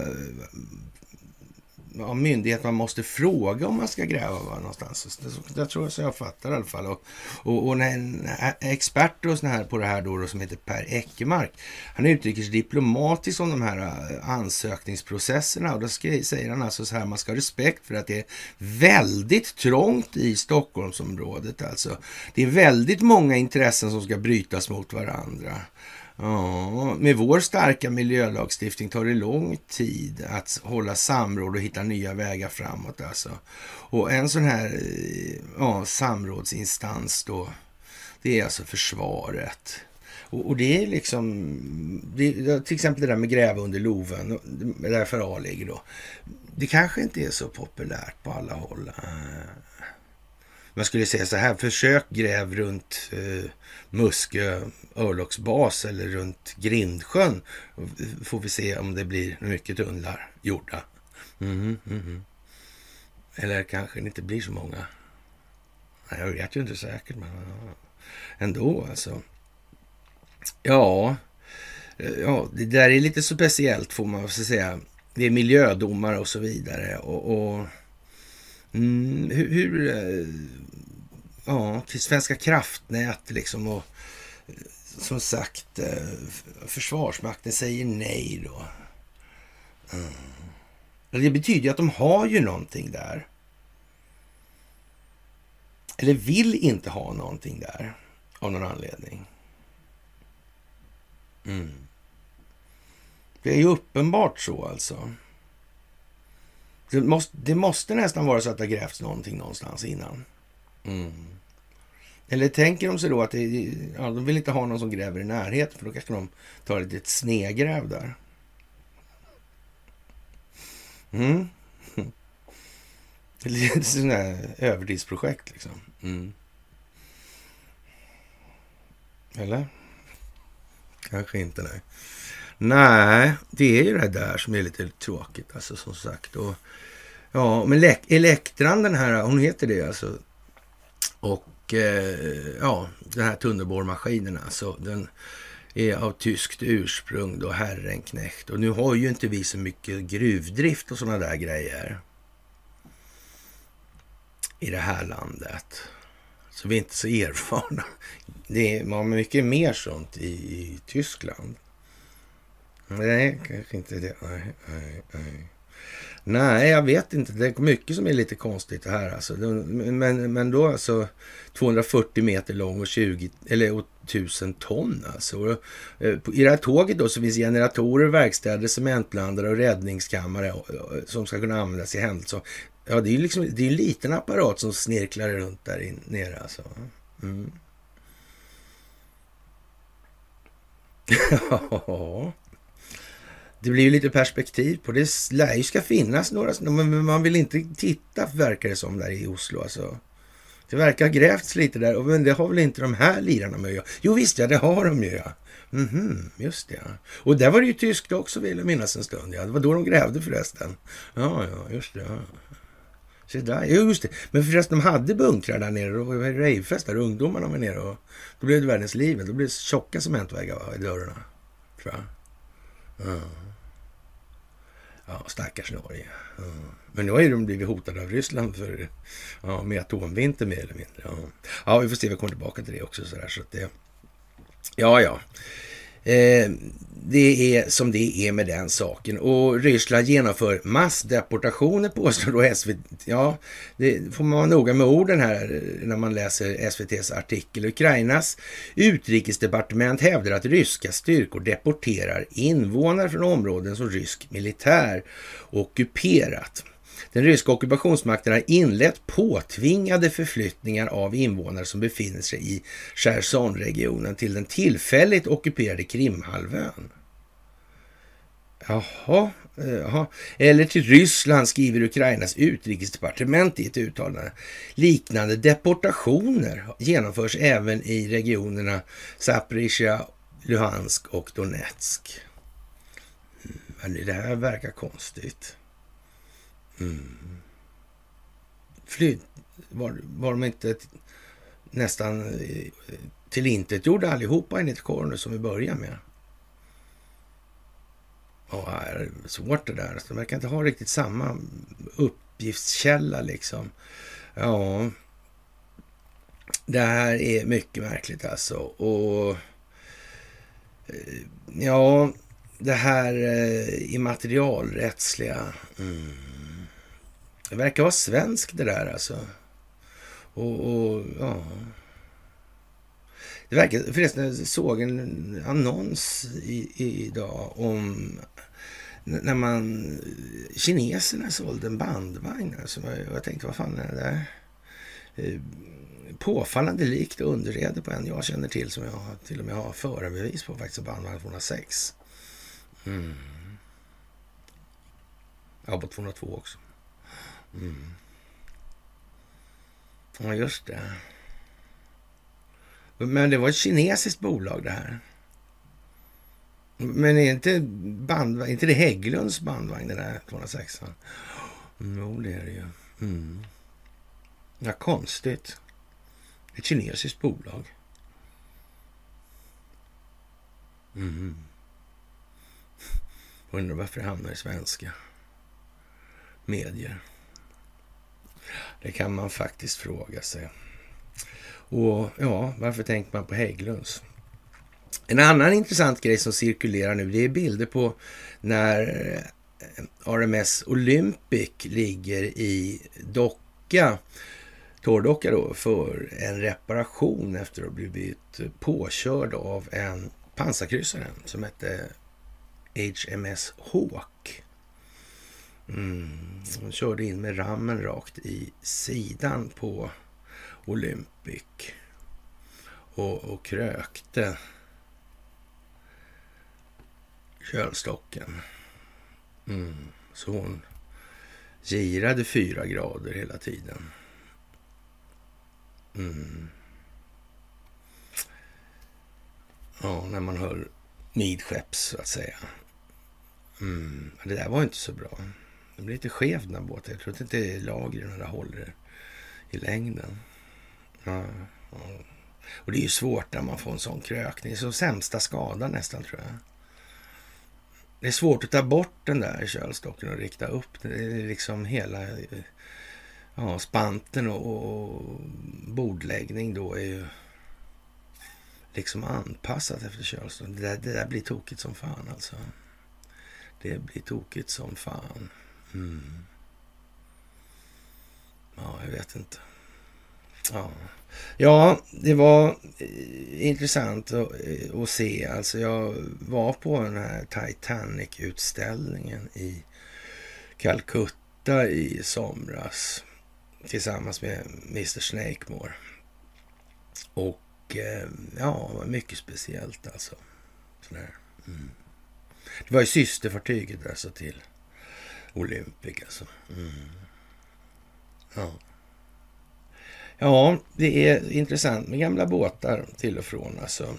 myndighet man måste fråga om man ska gräva någonstans. Jag tror att jag fattar i alla fall. Och en expert och sån här på det här då som heter Per Eckermark, han uttrycker sig diplomatiskt om de här ansökningsprocesserna, och då säger han alltså så här: man ska ha respekt för att det är väldigt trångt i Stockholmsområdet alltså. Det är väldigt många intressen som ska brytas mot varandra. Ja, med vår starka miljölagstiftning tar det lång tid att hålla samråd och hitta nya vägar framåt alltså. Och en sån här samrådsinstans då, det är alltså försvaret. Och det är liksom, till exempel det där med gräva under Loven, där FRA ligger då. Det kanske inte är så populärt på alla håll. Man skulle säga så här: försök gräv runt Muskö örlogsbas eller runt Grindsjön. Får vi se om det blir mycket tunnlar gjorda. Eller kanske det inte blir så många. Jag vet ju inte säkert, men ändå alltså. Ja, Ja, det där är lite så speciellt får man säga. Det är miljödomar och så vidare. Ja, till Svenska kraftnät liksom. Och som sagt, Försvarsmakten säger nej då. Det betyder ju att de har ju någonting där. Eller vill inte ha någonting där av någon anledning. Det är ju uppenbart så alltså. Det måste nästan vara så att det har grävts någonting någonstans innan. Eller tänker de sig då att de vill inte ha någon som gräver i närheten, för då kanske de tar ett litet snegräv där. Det är lite sån här övertidsprojekt liksom. Eller? Kanske inte, nej. Nej, det är ju det där som är lite tråkigt alltså, som sagt. Och, ja, men Elektran, den här, hon heter det alltså. Och ja, den här tunnelborrmaskinen alltså, den är av tyskt ursprung då, Herrenknecht. Och nu har ju inte vi så mycket gruvdrift och såna där grejer i det här landet. Så vi är inte så erfarna. Man har mycket mer sånt i Tyskland. Nej, kanske inte det. Nej, jag vet inte. Det är mycket som är lite konstigt här alltså. Men då alltså 240 meter lång och 1000 ton alltså. Och i det här tåget då så finns generatorer, verkstäder, cementblandare och räddningskammare som ska kunna användas i händelse. Ja, det är ju liksom, det är en liten apparat som snirklar runt där nere alltså. Ja. Det blir ju lite perspektiv på det. Lär ju ska finnas några, men man vill inte titta, verkar det som, där i Oslo alltså. Det verkar ha grävts lite där, men det har väl inte de här lirarna med att göra. Jo visst, ja, det har de ju, ja. Just det, ja. Och där var det ju tyskt också, vill jag minnas en stund, ja. Det var då de grävde förresten. Ja, just det, ja. Så där, just det. Men förresten, de hade bunkrar där nere och var rejvfest där, ungdomarna var nere och då blev det världens liv. Då blev det tjocka cementväggar i dörrarna, tror jag. Ja, stackars Norge. Men nu har ju de blivit hotade av Ryssland för med atomvinter mer eller mindre. Ja, vi får se, vi kommer tillbaka till det också. Så att det, ja. Det är som det är med den saken. Och Ryssland genomför massdeportationer, påstår då SVT. Ja, det får man vara noga med orden här när man läser SVT:s artikel. Ukrainas utrikesdepartement hävdar att ryska styrkor deporterar invånare från områden som rysk militär ockuperat. Den ryska ockupationsmakten har inlett påtvingade förflyttningar av invånare som befinner sig i Cherson-regionen till den tillfälligt ockuperade Krimhalvön. Jaha. Eller till Ryssland, skriver Ukrainas utrikesdepartement i ett uttalande. Liknande deportationer genomförs även i regionerna Zaporizjzja, Luhansk och Donetsk. Men det här verkar konstigt. Var de inte nästan tillintetgjorda allihopa enligt kåren som vi börjar med? Ja, det är svårt det där. De verkar inte ha riktigt samma uppgiftskälla liksom. Ja, det här är mycket märkligt alltså. Och ja, det här immaterialrättsliga. Det verkar vara svensk det där alltså. Och ja. Det verkar, förresten, jag såg en annons idag om när kineserna sålde en bandvagn. Alltså, jag tänkte, vad fan är det där? Påfallande likt underrede på en jag känner till, som jag till och med har förarbevis på, faktiskt, bandvagn 206. Ja, på 202 också. Ja, just det. Men det var ett kinesiskt bolag det här. Men är inte det Hägglunds bandvagn, den där 206? Jo, det är det ju. Ja, konstigt. Ett kinesiskt bolag. Undrar varför det hamnar i svenska medier. Det kan man faktiskt fråga sig. Och ja, varför tänker man på Hägglunds? En annan intressant grej som cirkulerar nu, det är bilder på när RMS Olympic ligger i docka, torrdocka då, för en reparation efter att ha blivit påkörd av en pansarkryssare som hette HMS Hawk. De körde in med rammen rakt i sidan på Olympic och krökte kölstocken. Så hon girade 4 grader hela tiden. Ja, när man höll midskepps så att säga. Det där var inte så bra. Det blir lite skevt den här båten. Jag tror inte lagren där håller i längden. Ja. Och det är ju svårt när man får en sån krökning. Det är så sämsta skada nästan, tror jag. Det är svårt att ta bort den där kölstocken och rikta upp. Det är liksom hela spanten och bordläggning då är ju liksom anpassat efter kölstocken. Det där blir tokigt som fan alltså. Det blir tokigt som fan. Ja, jag vet inte. Ja, det var intressant att se. Alltså jag var på den här Titanic-utställningen i Calcutta i somras tillsammans med Mr. Snakemore. Och ja, det var mycket speciellt alltså. Sådär. Det var ju systerfartyget alltså till Olympic alltså. Ja, det är intressant med gamla båtar till och från alltså.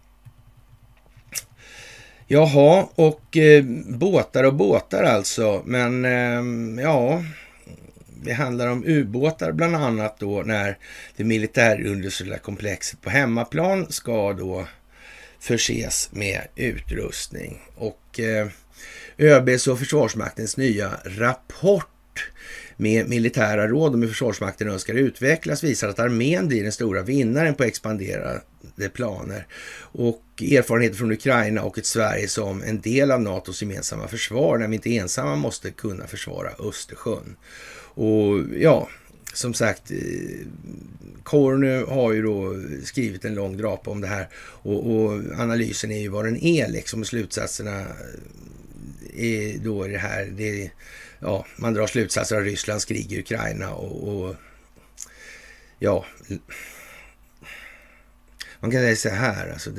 Jaha, och båtar alltså. Men ja, det handlar om ubåtar bland annat då när det militärindustriella komplexet på hemmaplan ska då förses med utrustning. Och ÖB:s och Försvarsmaktens nya rapport med militära råd om hur Försvarsmakten önskar utvecklas visar att armén blir den stora vinnaren på expanderade planer och erfarenheter från Ukraina och ett Sverige som en del av NATOs gemensamma försvar när vi inte ensamma måste kunna försvara Östersjön. Och ja, som sagt, Kornu har ju då skrivit en lång drapa om det här och analysen är ju vad den är liksom, och slutsatserna är då det här, ja, man drar slutsatser av Rysslands krig i Ukraina och ja, man kan säga så här, alltså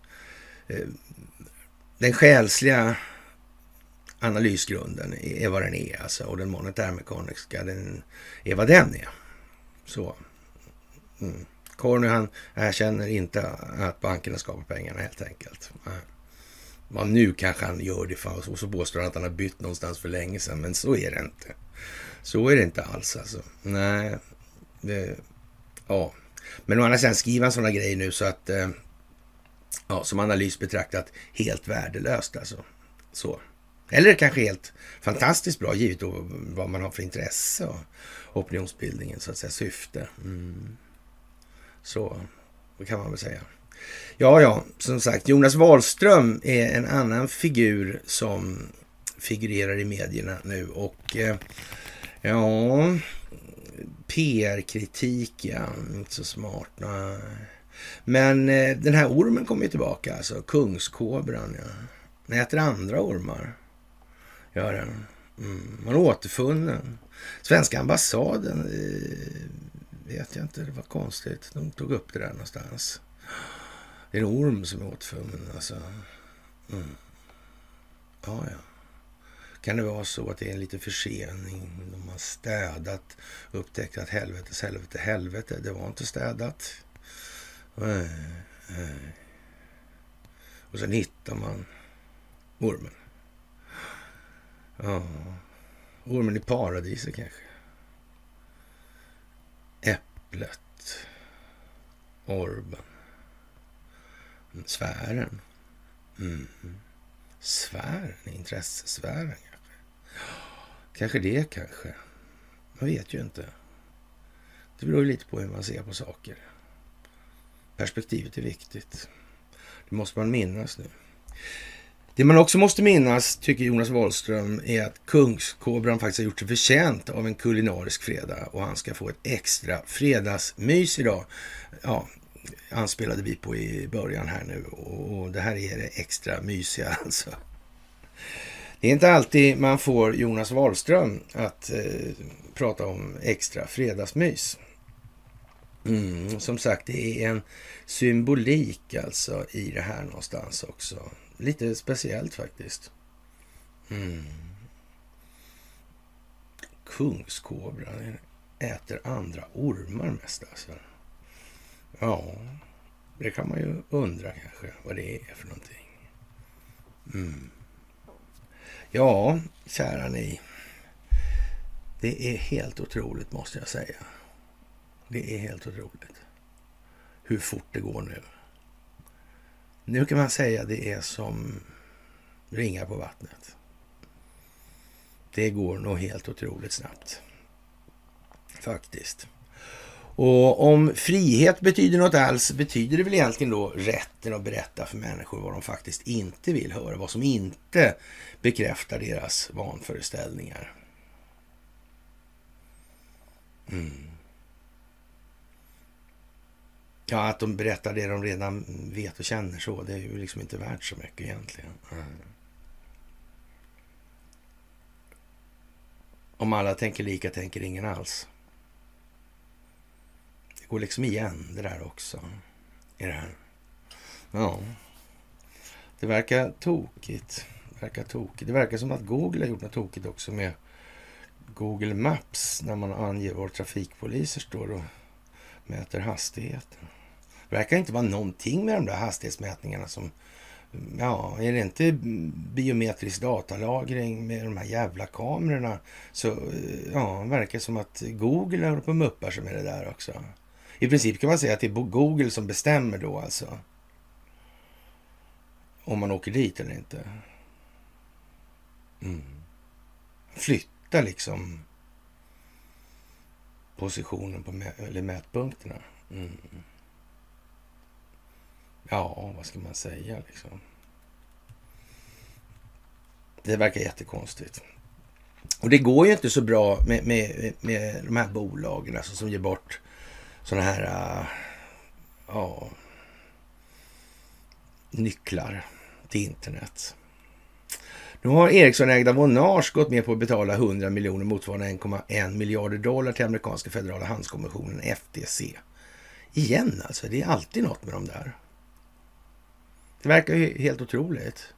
den själsliga analysgrunden är vad den är alltså, och den monetärmekaniska den är vad den är. Så Kornu han erkänner inte att bankerna skapar pengarna helt enkelt. Ja, nu kanske han gör det och så påstår han att han har bytt någonstans för länge sedan, men så är det inte. Så är det inte alls alltså. Nej, ja. Men å andra sidan skriver han sådana grejer nu så att ja, som analys betraktat helt värdelöst alltså. Så. Eller kanske helt fantastiskt bra givet då vad man har för intresse och opinionsbildningen så att säga, syfte. Så, det kan man väl säga. Ja, som sagt, Jonas Wahlström är en annan figur som figurerar i medierna nu och ja, PR-kritik, ja, inte så smart. Nej. Men den här ormen kommer ju tillbaka, alltså kungskobran, ja. Den äter andra ormar. Gör den. Man är återfunnen. Svenska ambassaden vet jag inte, det var konstigt. De tog upp det där någonstans. Det är en orm som är återfunnen, alltså. Ja. Kan det vara så att det är en liten försening? De har städat, upptäckt att helvete, det var inte städat. Och sen hittar man ormen. Ja, ormen i paradiset kanske. Äpplet. Orben. Sfären. Sfären, intressesfären kanske. Kanske det kanske. Man vet ju inte. Det beror lite på hur man ser på saker. Perspektivet är viktigt. Det måste man minnas nu. Det man också måste minnas, tycker Jonas Wahlström, är att Kungskobran faktiskt har gjort sig förtjänt av en kulinarisk fredag och han ska få ett extra fredagsmys idag. Ja, anspelade vi på i början här nu och det här är det extra mysiga alltså. Det är inte alltid man får Jonas Wahlström att prata om extra fredagsmys. Som sagt, det är en symbolik alltså i det här någonstans också. Lite speciellt faktiskt. Kungskobran äter andra ormar mest alltså. Ja, det kan man ju undra kanske vad det är för någonting. Ja, kära ni. Det är helt otroligt måste jag säga. Det är helt otroligt. Hur fort det går nu. Nu kan man säga att det är som ringar på vattnet. Det går nog helt otroligt snabbt. Faktiskt. Och om frihet betyder något alls, betyder det väl egentligen då rätten att berätta för människor vad de faktiskt inte vill höra. Vad som inte bekräftar deras vanföreställningar. Ja, att de berättar det de redan vet och känner så. Det är ju liksom inte värt så mycket egentligen. Om alla tänker lika tänker ingen alls. Det går liksom igen det där också. I det här. Ja. Det verkar tokigt. Det verkar som att Google har gjort något tokigt också med Google Maps. När man anger var trafikpoliser står och mäter hastigheten. Det verkar inte vara någonting med de där hastighetsmätningarna som... Ja, är det inte biometrisk datalagring med de här jävla kamerorna så ja, det verkar som att Google håller på att muppa sig med det där också. I princip kan man säga att det är Google som bestämmer då alltså. Om man åker dit eller inte. Flytta liksom positionen på eller mätpunkterna. Ja, vad ska man säga liksom? Det verkar jättekonstigt. Och det går ju inte så bra med de här bolagen alltså, som ger bort såna här nycklar till internet. Nu har Ericsson-ägda Vonage gått med på att betala 100 miljoner motsvarande 1,1 miljarder dollar till amerikanska federala handelskommissionen FTC. Igen alltså, det är alltid något med dem där. Det verkar ju helt otroligt.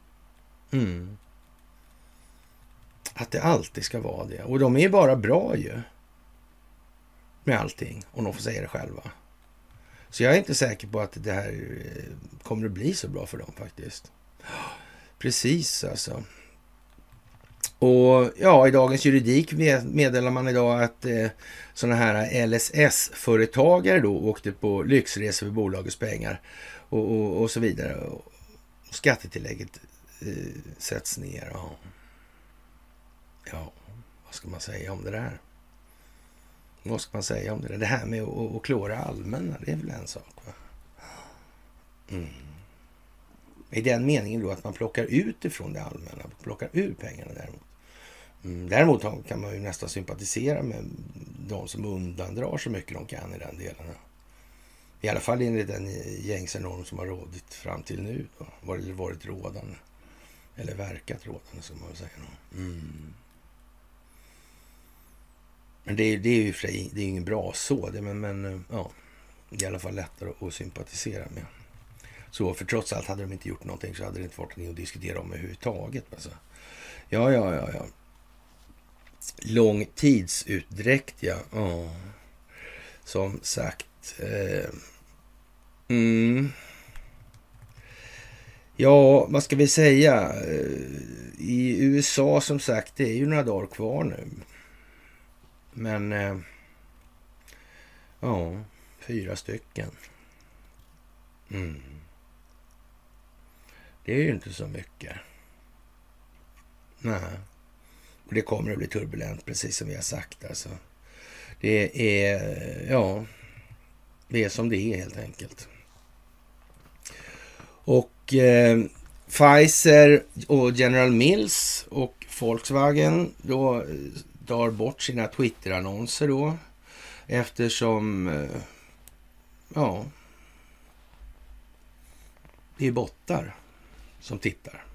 Att det alltid ska vara det. Och de är ju bara bra ju. Med allting. Om de får säga det själva. Så jag är inte säker på att det här kommer att bli så bra för dem faktiskt. Precis alltså. Och ja, i dagens juridik meddelar man idag att sådana här LSS-företagare då åkte på lyxresor för bolagets pengar. Och så vidare. Och skattetillägget sätts ner. Ja, vad ska man säga om det där? Vad ska man säga om det där? Det här med att klåra allmänna, det är väl en sak va? I den meningen då att man plockar ut ifrån det allmänna. Plockar ur pengarna däremot. Däremot kan man ju nästan sympatisera med de som undandrar så mycket de kan i den delen. I alla fall enligt den gängse norm som har rådit fram till nu. Då. Varit rådande. Eller verkat rådande som man vill säga. Men det är ju det är ingen bra så. Men ja, det är i alla fall lättare att sympatisera med. Så för trots allt hade de inte gjort någonting så hade det inte varit något att diskutera om överhuvudtaget. Alltså. Ja. Lång tidsutdräkt, ja. Som sagt. Ja, vad ska vi säga? I USA som sagt, det är ju några dagar kvar nu. Men ja, 4 stycken. Det är ju inte så mycket. Nej. Och det kommer att bli turbulent, precis som vi har sagt. Alltså. Det är som det är helt enkelt. Och Pfizer och General Mills och Volkswagen då drar bort sina Twitter-annonser då. Eftersom det är bottar som tittar.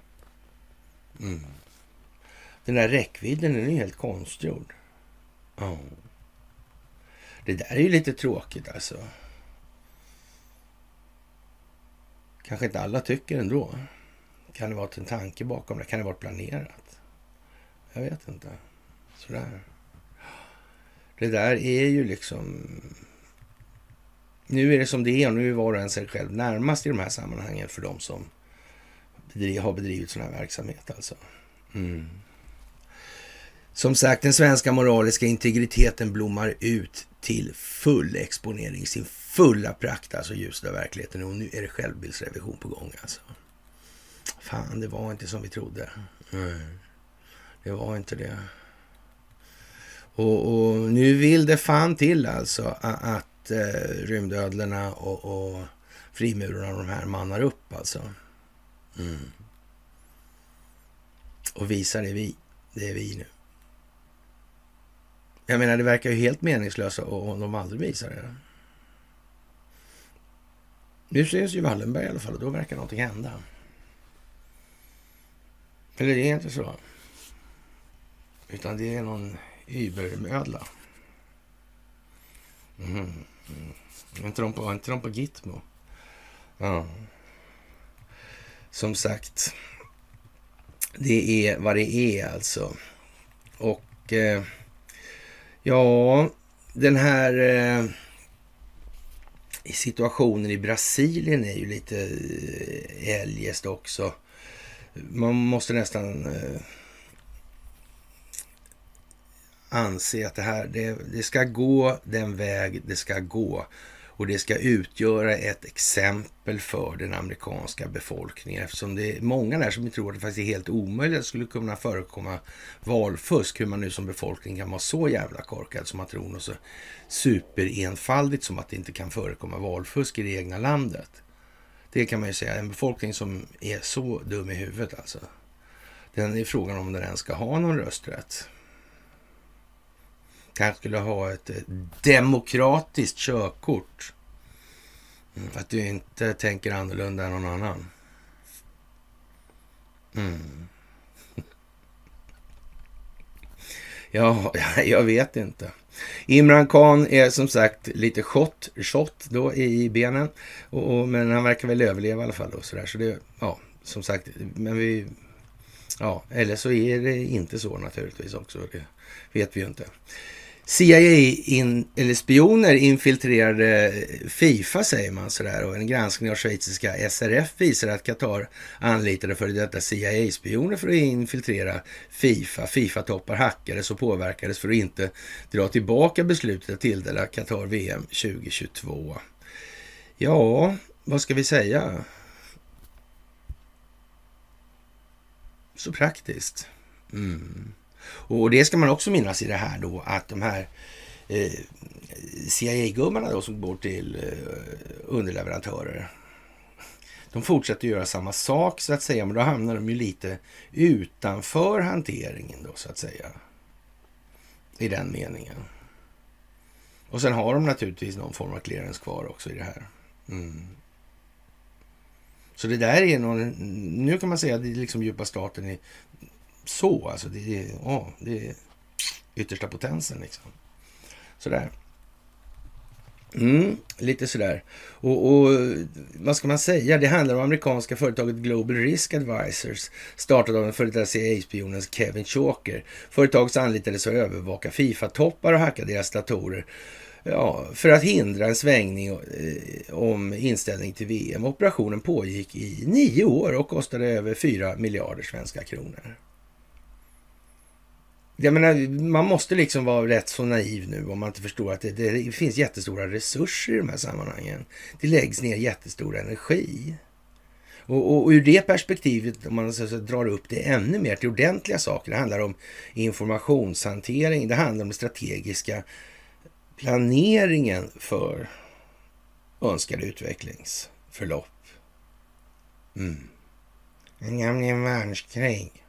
Den där räckvidden är ju helt konstgjord. Det där är ju lite tråkigt alltså. Kanske inte alla tycker ändå. Kan det vara en tanke bakom det? Kan det vara planerat? Jag vet inte. Sådär. Det där är ju liksom... Nu är det som det är och nu är var och en sig själv närmast i de här sammanhangen för de som har bedrivit sån här verksamhet alltså. Som sagt, den svenska moraliska integriteten blommar ut till full exponering, sin fulla prakt, alltså ljuset av verkligheten. Och nu är det självbildsrevision på gång alltså. Fan, det var inte som vi trodde. Det var inte det. Och nu vill det fan till alltså att rymdödlorna och frimurarna och de här mannar upp alltså. Och visar det är vi nu. Jag menar, det verkar ju helt meningslöst om de aldrig visar det. Nu syns ju Wallenberg i alla fall och då verkar någonting hända. Eller det är inte så. Utan det är någon übermödla. Inte de på Gitmo. Ja. Som sagt, det är vad det är alltså. Och den här situationen i Brasilien är ju lite eljest också. Man måste nästan anse att det ska gå den väg det ska gå. Och det ska utgöra ett exempel för den amerikanska befolkningen. Eftersom det är många där som tror att det faktiskt är helt omöjligt att det skulle kunna förekomma valfusk. Hur man nu som befolkning kan vara så jävla korkad som man tror och så superenfaldigt som att det inte kan förekomma valfusk i det egna landet. Det kan man ju säga. En befolkning som är så dum i huvudet alltså. Den är frågan om den ens ska ha någon rösträtt. Kanske skulle ha ett demokratiskt körkort. Att du inte tänker annorlunda än någon annan. Ja, jag vet inte. Imran Khan är som sagt lite shot då i benen. Men han verkar väl överleva i alla fall. Då, så det, som sagt, men eller så är det inte så naturligtvis också. Det vet vi ju inte. CIA spioner infiltrerade FIFA säger man sådär, och en granskning av schweiziska SRF visar att Qatar anlitade för detta CIA-spioner för att infiltrera FIFA. FIFA-toppar hackades och påverkades för att inte dra tillbaka beslutet att tilldela Qatar VM 2022. Ja, vad ska vi säga? Så praktiskt. Och det ska man också minnas i det här då, att de här CIA-gubbarna då som går till underleverantörer, de fortsätter göra samma sak så att säga, men då hamnar de ju lite utanför hanteringen då så att säga, i den meningen. Och sen har de naturligtvis någon form av clearance kvar också i det här. Så det där är någon, nu kan man säga att det är liksom djupa staten i så, alltså det är yttersta potensen liksom. Sådär. Lite sådär. Och vad ska man säga? Det handlar om amerikanska företaget Global Risk Advisors, startat av den före detta CIA-spionen Kevin Chalker. Företaget anlitades för att övervaka FIFA-toppar och hacka deras datorer. För att hindra en svängning om inställning till VM. Operationen pågick i 9 år och kostade över 4 miljarder svenska kronor. Jag menar, man måste liksom vara rätt så naiv nu om man inte förstår att det finns jättestora resurser i de här sammanhangen. Det läggs ner jättestor energi. Och ur det perspektivet, om man så drar upp det ännu mer till ordentliga saker, det handlar om informationshantering, det handlar om den strategiska planeringen för önskade utvecklingsförlopp. En gammal världskrig.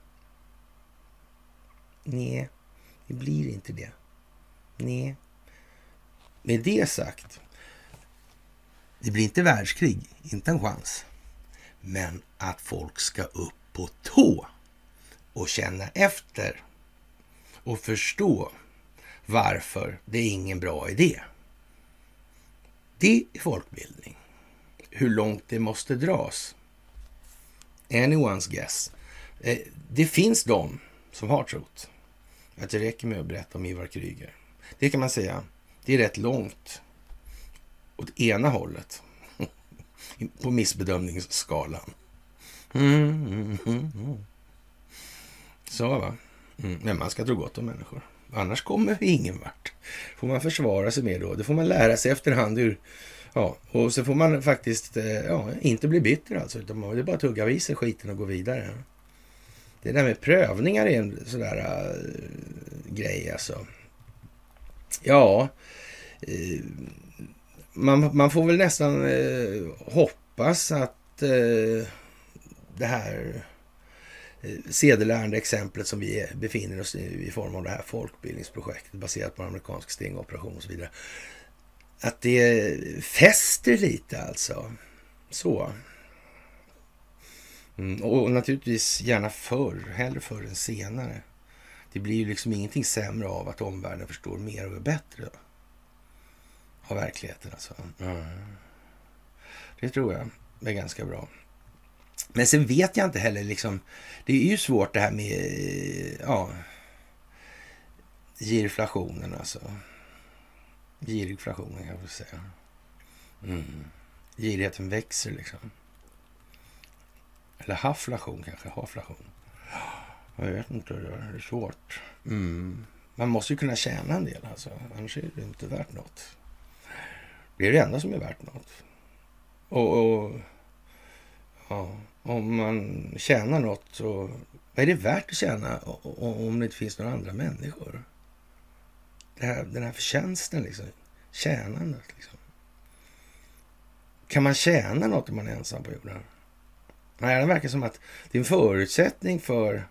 Nej, det blir inte det. Nej. Med det sagt, det blir inte världskrig, inte en chans. Men att folk ska upp på tå och känna efter och förstå varför det är ingen bra idé. Det är folkbildning. Hur långt det måste dras. Anyone's guess. Det finns de som har trott att det räcker med att berätta om Ivar Kryger. Det kan man säga. Det är rätt långt åt ena hållet på missbedömningsskalan. Så va? Men man ska tro gott om människor. Annars kommer vi ingen vart. Får man försvara sig med då. Det får man lära sig efterhand hur. Ja, och så får man faktiskt inte bli bitter alltså. Utan det är bara att tugga vid sig skiten och gå vidare. Det där med prövningar är en sådär grej alltså. Ja, man får väl nästan hoppas att det här sedelärande exemplet som vi befinner oss i form av det här folkbildningsprojektet baserat på en amerikansk stingoperation och så vidare. Att det fäster lite alltså. Så. Och naturligtvis gärna hellre förr än senare. Det blir ju liksom ingenting sämre av att omvärlden förstår mer och är bättre av verkligheten alltså. Det tror jag är ganska bra. Men sen vet jag inte heller liksom, det är ju svårt det här med girflationen alltså. Girigflationen kan jag säga. Girigheten växer liksom. Eller haflation kanske, haflation. Jag vet inte, det är svårt. Man måste ju kunna tjäna en del alltså. Annars är det inte värt något. Det är det enda som är värt något. Och om man tjänar något så vad är det värt att tjäna om det inte finns några andra människor? Den här förtjänsten liksom. Tjänandet liksom. Kan man tjäna något om man är ensam på jorden? Nej, det verkar som att det är en förutsättning för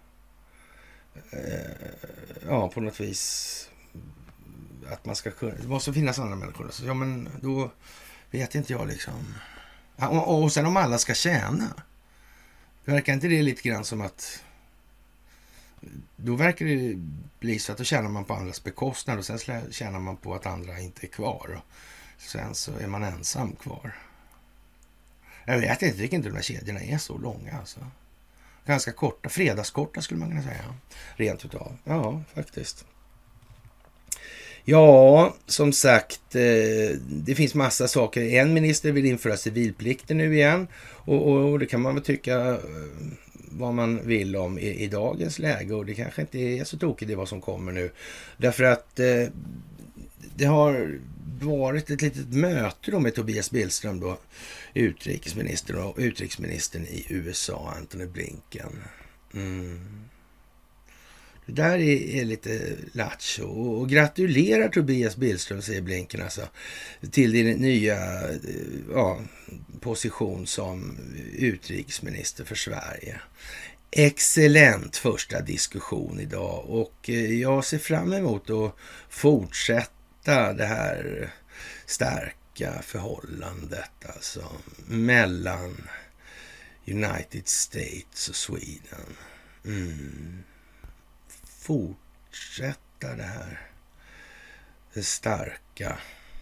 på något vis att man ska kunna, det måste finnas andra människor. Så, men då vet inte jag liksom. Och sen om alla ska tjäna, verkar inte det lite grann som att då verkar det bli så att då tjänar man på andras bekostnad och sen tjänar man på att andra inte är kvar och sen så är man ensam kvar. Jag vet inte, jag tycker inte de här kedjorna är så långa alltså. Ganska korta, fredagskorta skulle man kunna säga. Rent utav. Ja, faktiskt. Ja, som sagt, det finns massa saker. En minister vill införa civilplikten nu igen. Och det kan man väl tycka vad man vill om i dagens läge. Och det kanske inte är så tokigt det vad som kommer nu. Därför att det har varit ett litet möte då med Tobias Billström då, utrikesministern i USA, Antony Blinken. Det där är lite lattjo. Och gratulerar Tobias Billström, säger Blinken alltså, till din nya position som utrikesminister för Sverige. Excellent första diskussion idag och jag ser fram emot att fortsätta det här starka förhållandet alltså mellan United States och Sweden. Fortsätta det här. Det starka.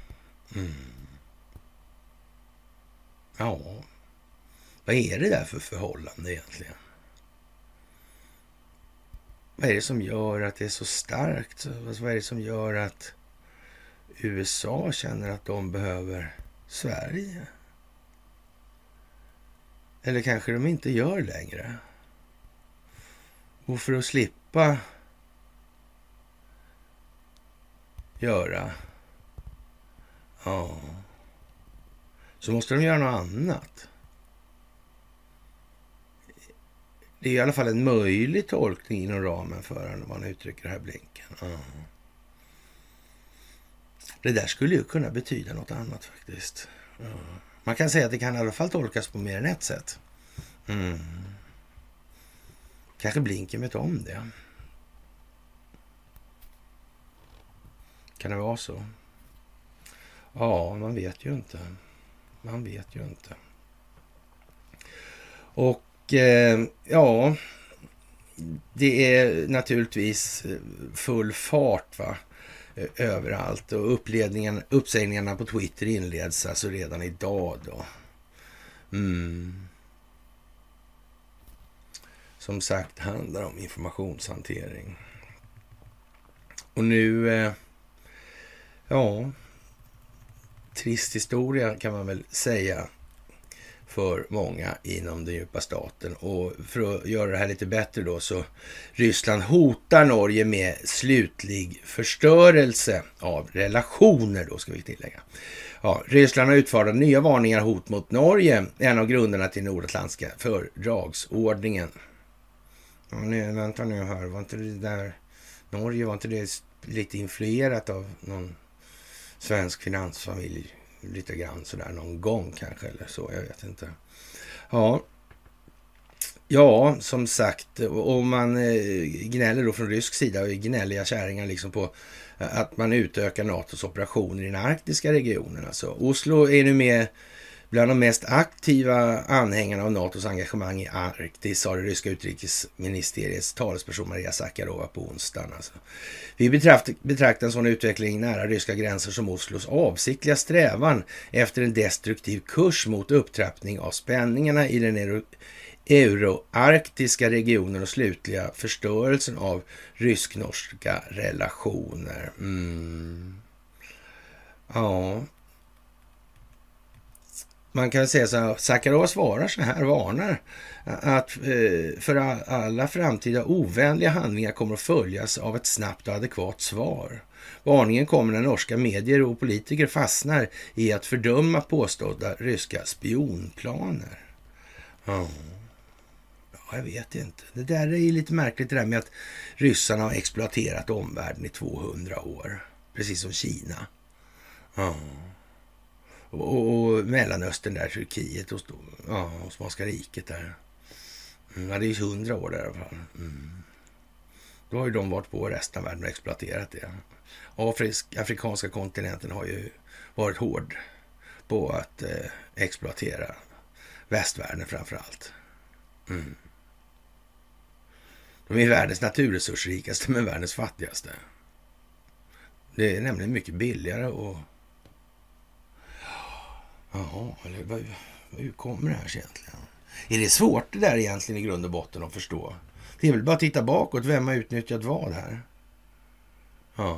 Ja. Vad är det där för förhållande egentligen? Vad är det som gör att det är så starkt? Vad är det som gör att USA känner att de behöver Sverige? Eller kanske de inte gör längre. Och för att slippa göra så måste de göra något annat. Det är i alla fall en möjlig tolkning inom ramen för när man uttrycker det här Blinken. Det där skulle ju kunna betyda något annat faktiskt. Man kan säga att det kan i alla fall tolkas på mer än ett sätt. Kanske Blinken vet om det. Kan det vara så? Ja, man vet ju inte. Och ja, det är naturligtvis full fart överallt. Och uppsägningarna på Twitter inleds alltså redan idag då. Som sagt handlar om informationshantering. Och nu, ja, trist historia kan man väl säga för många inom den djupa staten. Och för att göra det här lite bättre då, så Ryssland hotar Norge med slutlig förstörelse av relationer då, ska vi tillägga. Ja, Ryssland har utfärdat nya varningar hot mot Norge, en av grunderna till nordatlantiska fördragsordningen. Ja, vänta nu här, var inte det där Norge, var inte det lite influerat av någon svensk finansfamilj lite grann sådär någon gång kanske, eller så, jag vet inte. Ja, som sagt, om man gnäller då från rysk sida och gnälliga kärringar liksom på att man utökar NATOs operationer i den arktiska regionen. Alltså, Oslo är nu med bland de mest aktiva anhängarna av NATOs engagemang i Arktis, sa det ryska utrikesministeriets talesperson Maria Zakharova på onsdagen. Alltså. Vi betraktar en sån utveckling nära ryska gränser som Oslos avsiktliga strävan efter en destruktiv kurs mot upptrappning av spänningarna i den euroarktiska regionen och slutliga förstörelsen av rysk-norska relationer. Ja. Man kan säga så här, Zakharova svarar så här, varnar att för alla framtida ovänliga handlingar kommer att följas av ett snabbt och adekvat svar. Varningen kommer när norska medier och politiker fastnar i att fördöma påstådda ryska spionplaner. Ja, jag vet inte. Det där är lite märkligt, det där med att ryssarna har exploaterat omvärlden i 200 år. Precis som Kina. Ja. Och Mellanöstern där, Turkiet och Osmanska riket där. Ja, det är 100 år där i alla fall. Då har ju de varit på resten av världen och exploaterat det. Afrikanska kontinenten har ju varit hård på att exploatera västvärlden framförallt. De är världens naturresursrikaste men världens fattigaste. Det är nämligen mycket billigare och jaha, eller hur kommer det här egentligen? Är det svårt det där egentligen i grund och botten att förstå? Det är väl bara att titta bakåt, vem har utnyttjat vad här? Ja.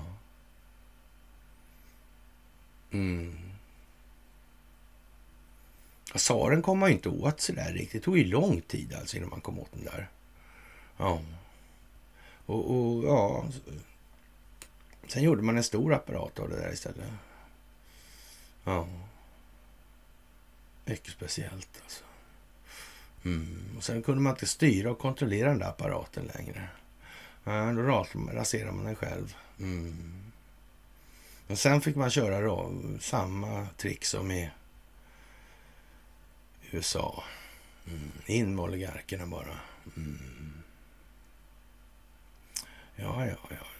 Tsaren kom man ju inte åt så där riktigt. Det tog ju lång tid alltså innan man kom åt den där. Ja. Och ja. Sen gjorde man en stor apparat av det där istället. Ja. Mycket speciellt alltså. Och sen kunde man inte styra och kontrollera den där apparaten längre. Ja, då raserar man den själv. Men sen fick man köra då samma trick som i USA. In med oligarkerna bara. Ja.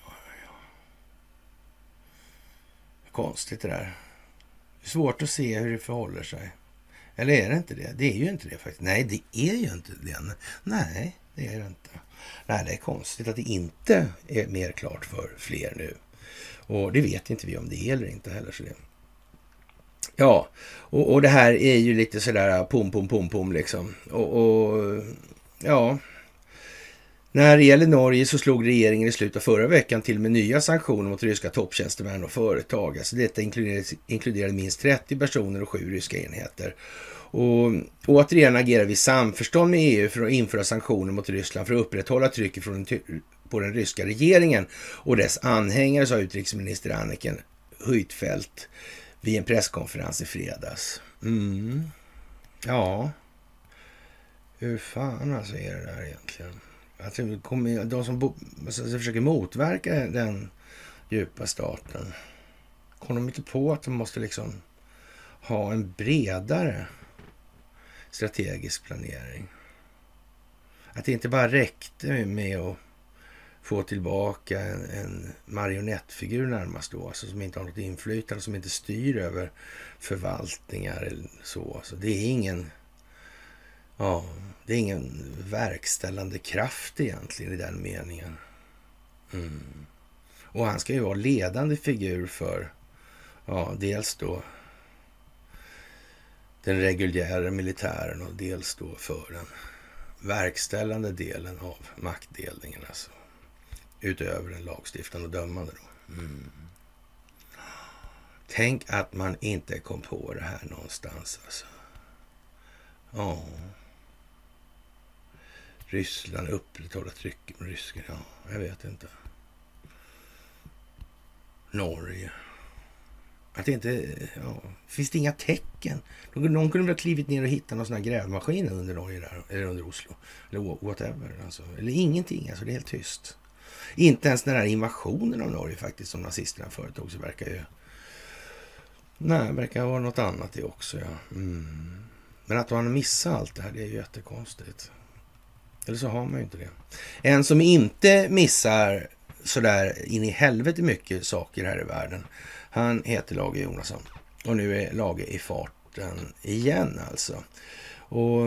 Konstigt det där. Det är svårt att se hur det förhåller sig. Eller är det inte det? Det är ju inte det faktiskt. Nej, det är ju inte det. Nej, det är det inte. Nej, det är konstigt att det inte är mer klart för fler nu. Och det vet inte vi om det är eller inte heller. Så det. Ja, och det här är ju lite sådär pom liksom. Och ja, när det gäller Norge så slog regeringen i slutet av förra veckan till med nya sanktioner mot ryska topptjänstemän och företag. Alltså detta inkluderade minst 30 personer och 7 ryska enheter. Och återigen agerar vi samförstånd med EU för att införa sanktioner mot Ryssland för att upprätthålla trycket på den ryska regeringen och dess anhängare, sa utrikesminister Anniken Huitfeldt vid en presskonferens i fredags. Ja. Hur fan alltså är det där egentligen? Alltså, de som försöker motverka den djupa staten, kommer de inte på att de måste liksom ha en bredare strategisk planering? Att det inte bara räckte med att få tillbaka en marionettfigur närmast då, alltså som inte har något inflytande, som inte styr över förvaltningar eller så. Alltså det är ingen verkställande kraft egentligen i den meningen. Och han ska ju vara ledande figur för dels då den reguljära militären och dels då för den verkställande delen av maktdelningen, alltså utöver den lagstiftande och dömande då. Tänk att man inte kom på det här någonstans alltså. Ryssland upprätthåller trycket med ryska. Jag vet inte. Norge. Att det inte... finns det inga tecken? Någon kunde väl ha klivit ner och hittat någon sån här grävmaskin under Norge där, eller under Oslo. Eller whatever. Alltså. Eller ingenting. Alltså det är helt tyst. Inte ens den här invasionen av Norge faktiskt som nazisterna företog så verkar vara något annat det också. Ja. Men att man missar allt det här, det är ju jättekonstigt. Eller så har man ju inte det. En som inte missar sådär in i helvete mycket saker här i världen, han heter Lage Jonasson. Och nu är Lage i farten igen alltså. Och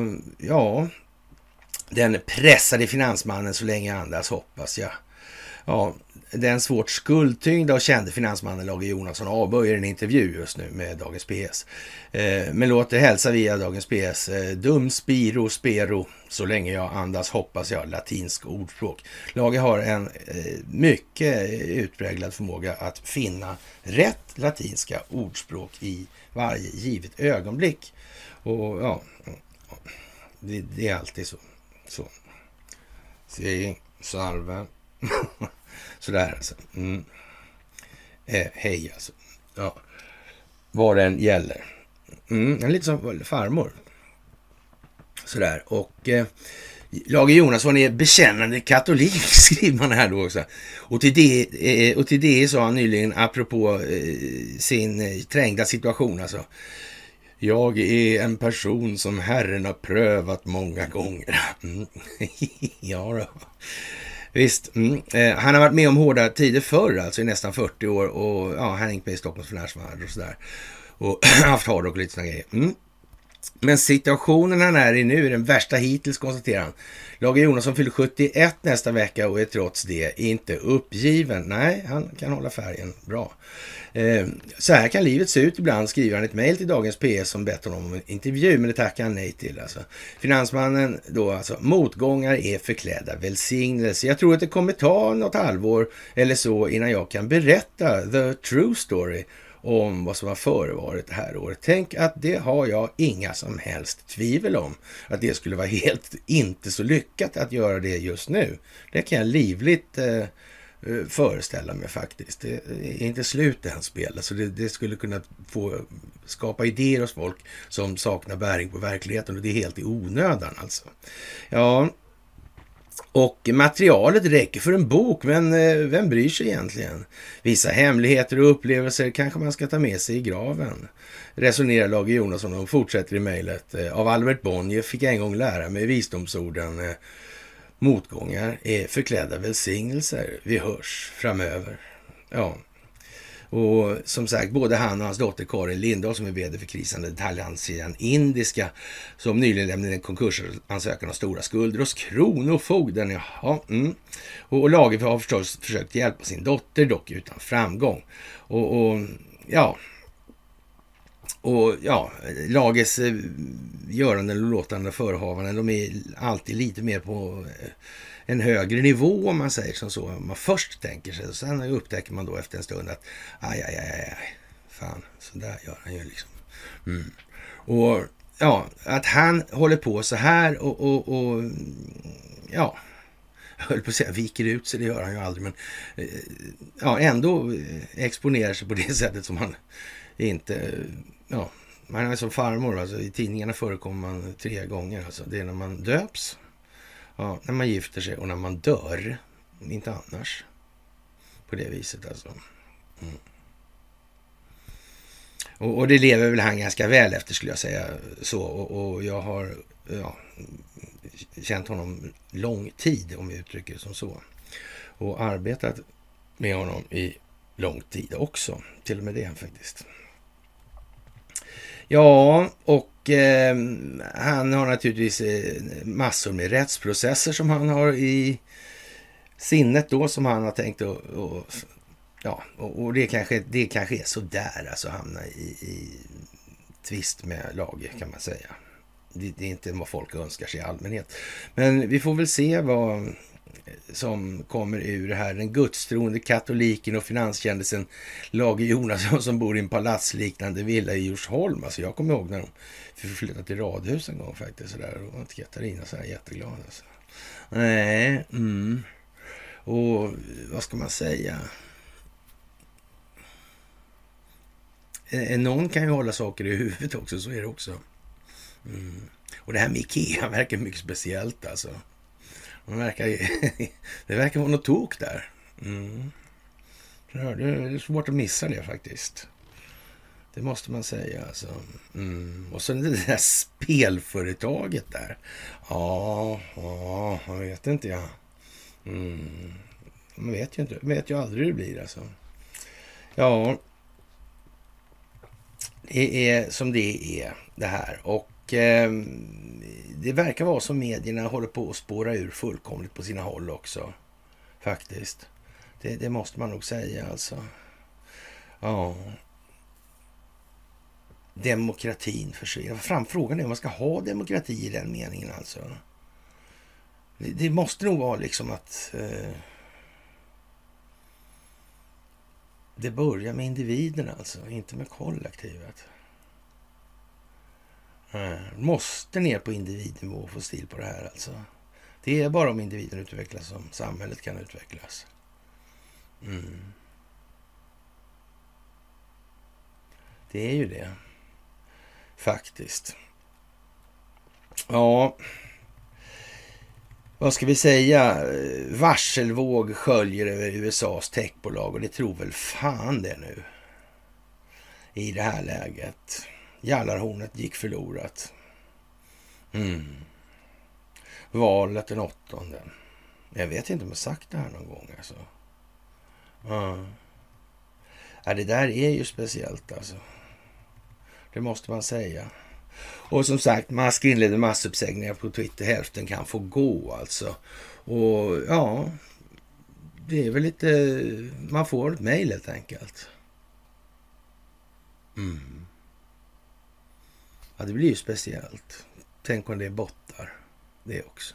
den pressade finansmannen så länge andas hoppas jag. Den svårt skuldtyngda och kände finansmannen Lage Jonasson avböjer en intervju just nu med Dagens PS. Men låt det hälsa via Dagens PS. Dum spero, så länge jag andas hoppas jag, latinsk ordspråk. Lage har en mycket utpräglad förmåga att finna rätt latinska ordspråk i varje givet ögonblick. Och det är alltid så. Salve. Sådär alltså. Hej alltså. Vad den gäller. Lite som farmor. Sådär. Och Lage Jonasson är bekännande katolik, skriver man här då också. Och till det sa han nyligen apropå sin trängda situation alltså. Jag är en person som Herren har prövat många gånger. Ja då. Visst, han har varit med om hårda tider förr, alltså i nästan 40 år och han har hängt med i Stockholms finansvärld och sådär. Och haft hårdrock och lite sådana grejer. Men situationen han är i nu är den värsta hittills, konstaterar han. Lage Jonasson fyller 71 nästa vecka och är trots det inte uppgiven. Nej, han kan hålla färgen bra. Så här kan livet se ut ibland, skriver han ett mejl till Dagens PS som bett honom om en intervju, men det tackar han nej till. Alltså. Finansmannen då alltså, motgångar är förklädda välsignelse. Jag tror att det kommer ta något halvår eller så innan jag kan berätta the true story om vad som har förevarit det här året. Tänk att det har jag inga som helst tvivel om. Att det skulle vara helt inte så lyckat att göra det just nu. Det kan jag livligt föreställa mig faktiskt. Det är inte slut än spelet. Så det skulle kunna skapa idéer hos folk som saknar bäring på verkligheten. Och det är helt i onödan alltså. Ja. Och materialet räcker för en bok, men vem bryr sig egentligen? Vissa hemligheter och upplevelser kanske man ska ta med sig i graven. Resonerar Lage Jonasson och fortsätter i mejlet. Av Albert Bonnier fick jag en gång lära mig visdomsorden. Motgångar är förklädda välsignelser. Vi hörs framöver. Ja. Och som sagt, både han och hans dotter Karin Lindahl som är vd för krisande detaljhandeln Indiska som nyligen lämnade en konkursansökan av stora skulder hos Kronofogden. Och Lage har förstås försökt hjälpa sin dotter, dock utan framgång. Och Lages göranden och låtande förehavanden, de är alltid lite mer på en högre nivå om man säger som så. Man först tänker sig och sen upptäcker man då efter en stund att fan, så där gör han ju liksom. Och att han håller på så här och jag höll på att säga viker ut sig, det gör han ju aldrig, men ändå exponerar sig på det sättet som han inte man är som farmor. Alltså, i tidningarna förekommer man 3 gånger. Alltså. Det är när man döps, ja, när man gifter sig och när man dör. Inte annars. På det viset alltså. Mm. Och det lever väl han ganska väl efter, skulle jag säga. Så, och jag har känt honom lång tid, om vi uttrycker det som så. Och arbetat med honom i lång tid också. Till och med det faktiskt. Ja, och han har naturligtvis massor med rättsprocesser som han har i sinnet då, som han har tänkt och det kanske är så där, alltså hamna i tvist med laget, kan man säga. Det är inte vad folk önskar sig i allmänhet. Men vi får väl se vad som kommer ur det här. Den gudstroende katoliken och finanskändisen Lage Jonasson som bor i en palatsliknande villa i Djursholm. Alltså jag kommer ihåg när de flyttade till radhus en gång faktiskt. Och då var inte Katarina så här jätteglad. Alltså. Nej, och vad ska man säga? Någon kan ju hålla saker i huvudet också, så är det också. Och det här med Ikea verkar mycket speciellt alltså. Det verkar vara något tok där. Det är svårt att missa det faktiskt. Det måste man säga alltså. Och så det där spelföretaget där. Ja, jag vet inte jag. Man vet ju inte. Man vet ju aldrig hur det blir alltså. Ja, det är som det är det här. Och det verkar vara som medierna håller på att spåra ur fullkomligt på sina håll också. Faktiskt. Det måste man nog säga alltså. Ja. Demokratin försvinner. Frågan är om man ska ha demokrati i den meningen alltså. Det måste nog vara liksom att det börjar med individen alltså, inte med kollektivet. Måste ner på individnivå och få stil på det här alltså. Det är bara om individen utvecklas som samhället kan utvecklas. Det är ju det. Faktiskt. Ja. Vad ska vi säga? Varselvåg sköljer över USAs techbolag och det tror väl fan det nu. I det här läget. Jallarhornet gick förlorat. Valet den 8:e. Jag vet inte om jag sagt det här någon gång alltså. Ja, det där är ju speciellt alltså. Det måste man säga. Och som sagt, Musk inledde massuppsägningar på Twitter. Hälften kan få gå alltså. Och ja, det är väl lite... Man får ett mejl helt enkelt. Ja, det blir ju speciellt. Tänk om det är bottar. Det också.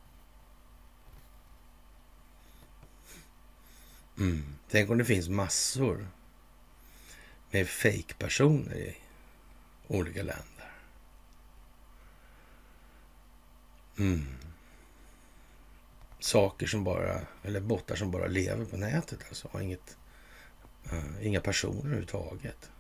Tänk om det finns massor med fake-personer i olika länder. Saker som bara, eller bottar som bara lever på nätet alltså, har inga personer överhuvudtaget.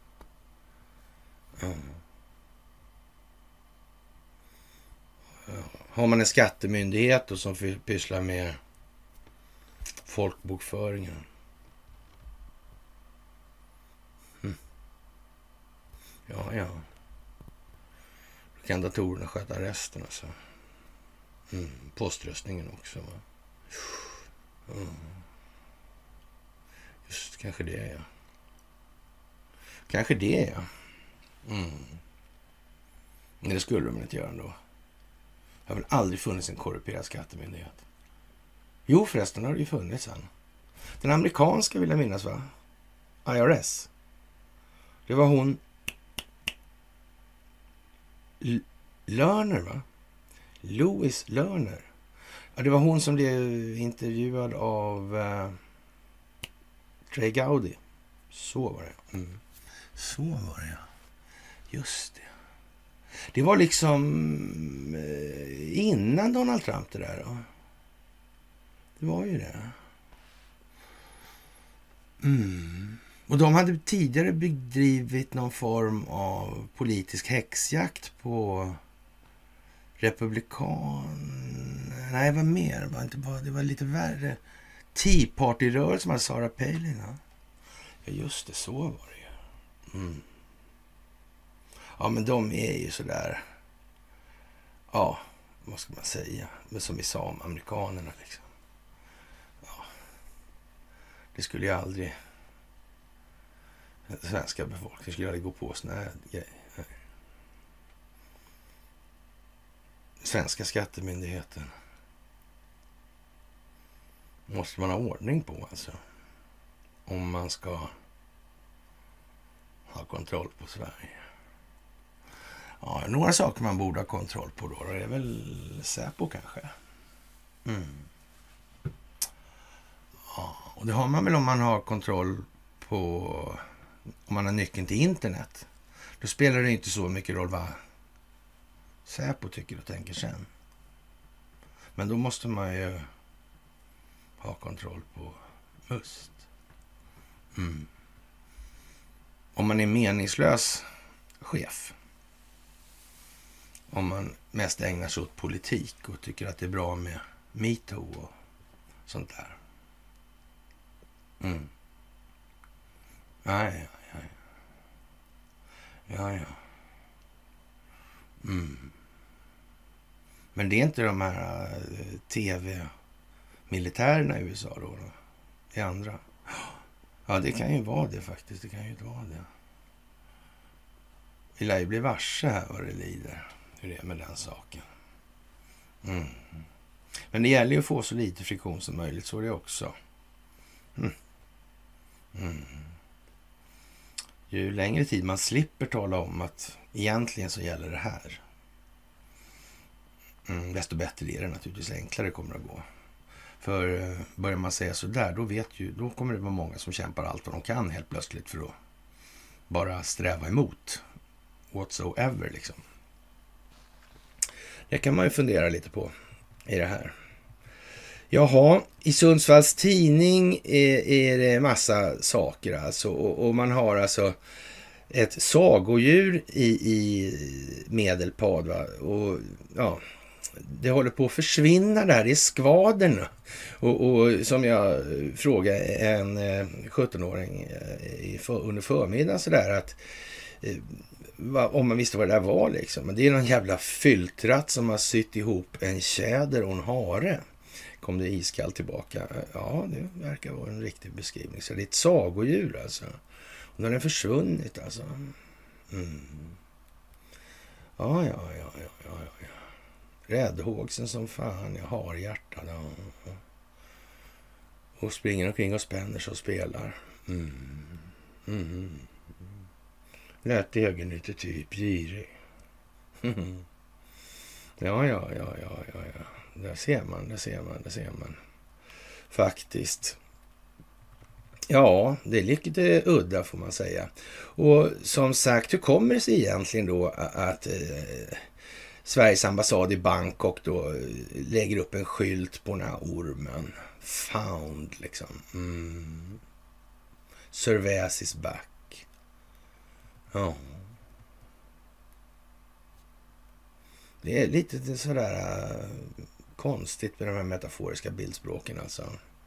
Har man en skattemyndighet och som pysslar med folkbokföringen. Ja. Då kan datorerna sköta resten alltså. Poströstningen också. Va? Just kanske det, ja. Kanske det, ja. Men det skulle de inte göra ändå. Det har väl aldrig funnits en korrumperad skattemyndighet. Jo, förresten har det ju funnits en. Den amerikanska vill jag minnas, va? IRS. Det var hon... Lerner, va? Louis Lerner. Ja, det var hon som blev intervjuad av Trey Gowdy. Så var det. Så var det, ja. Just det. Det var liksom innan Donald Trump det där då. Det var ju det. Och de hade tidigare bedrivit någon form av politisk häxjakt på Nej, vad mer? Det var lite värre. Tea Party-rörelsen med Sarah Palin. Ja, just det. Så var det ju. Mm. Ja, men de är ju sådär... Ja, vad ska man säga? Men som vi sa om amerikanerna liksom. Ja. Det skulle ju aldrig... Den svenska befolkningen skulle aldrig gå på såna här grejer. Svenska skattemyndigheten måste man ha ordning på alltså. Om man ska ha kontroll på Sverige. Ja, några saker man borde ha kontroll på då. Det är väl Säpo kanske. Ja, och det har man väl om man har kontroll på... Om man har nyckeln till internet. Då spelar det inte så mycket roll vad Säpo tycker och tänker sen. Men då måste man ju ha kontroll på Must. Om man är meningslös chef. Om man mest ägnar sig åt politik och tycker att det är bra med MeToo och sånt där. Ja. Men det är inte de här tv-militärerna i USA då? Det är andra. Ja, det kan ju vara det faktiskt. Det kan ju inte vara det. Vi lär ju bli varse här vad det lider. Hur det är med den saken. Men det gäller ju att få så lite friktion som möjligt. Så är det också. Ju längre tid man slipper tala om att egentligen så gäller det här. Desto bättre är det naturligtvis. Enklare kommer det att gå. För börjar man säga så där, då kommer det vara många som kämpar allt vad de kan helt plötsligt för att bara sträva emot whatsoever liksom. Det kan man ju fundera lite på i det här. Jaha, i Sundsvalls tidning är det massa saker alltså. Och man har alltså ett sagodjur i Medelpad, va? Och ja, det håller på att försvinna där i skvadern. Och som jag frågade en 17-åring under förmiddagen sådär att om man visste vad det där var liksom. Men det är någon jävla fylltratt som har sytt ihop en tjäder och en hare. Kom det iskallt tillbaka. Ja, det verkar vara en riktig beskrivning. Så det är ett sagodjur alltså. Och då har den försvunnit alltså. Ja. Räddhågsen som fan. Jag har hjärtat. Ja. Och springer omkring och spänner sig och spelar. Lät egennyttigt typ girig. Ja. Där ser man. Faktiskt. Ja, det är lite udda får man säga. Och som sagt, hur kommer det sig egentligen då att Sveriges ambassad i Bangkok då lägger upp en skylt på den här ormen? Found liksom. Servais is back. Ja. Det är lite sådär konstigt med de här metaforiska bildspråken alltså.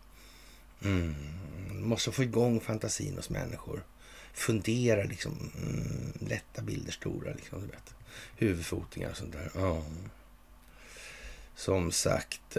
Måste få igång fantasin hos människor. Fundera liksom. Lätta bilder, stora liksom, du vet. Huvudfotingar och sånt där. Ja. Som sagt.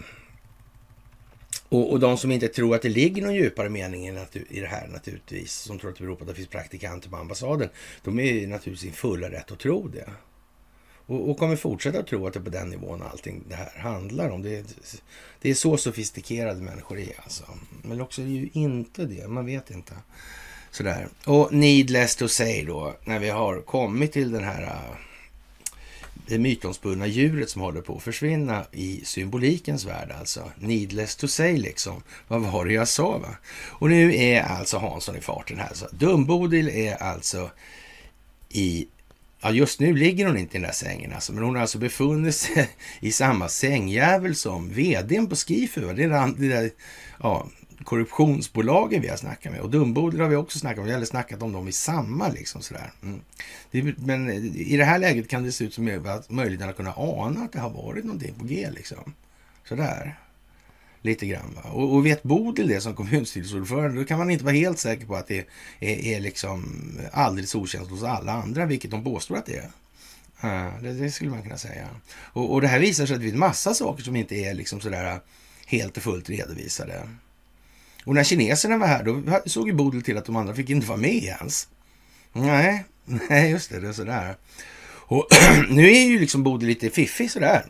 Och de som inte tror att det ligger någon djupare mening i det här naturligtvis. Som tror att det beror på att det finns praktikanter på ambassaden. De är naturligtvis i fulla rätt att tro det. Och kommer fortsätta att tro att det är på den nivån allting det här handlar om. Det är så sofistikerade människor är alltså. Men också är det ju inte det. Man vet inte. Sådär. Och needless to say då. När vi har kommit till den här det mytomspunna djuret som håller på att försvinna i symbolikens värld alltså. Needless to say liksom. Vad var det jag sa va? Och nu är alltså Hansson i farten här. Så Dumbodil är alltså i... Ja, just nu ligger hon inte i den där sängen alltså, men hon har alltså befunnit sig i samma sängjävel som vdn på Skifu. Det där korruptionsbolagen vi har snackat med. Och Dumboudel har vi också snackat om. Vi har snackat om dem i samma liksom sådär. Men i det här läget kan det se ut som att möjligheten att kunna ana att det har varit någonting på G liksom. Sådär. Lite grann va. Och vet Bodil det som kommunstyrelseordförande, då kan man inte vara helt säker på att det är liksom alldeles okänt hos alla andra, vilket de påstår att det är. Det skulle man kunna säga. Och det här visar sig att det finns massa saker som inte är liksom sådär helt och fullt redovisade. Och när kineserna var här, då såg ju Bodil till att de andra fick inte vara med ens. Nej, just det är sådär. Och nu är ju liksom Bodil lite fiffig sådär.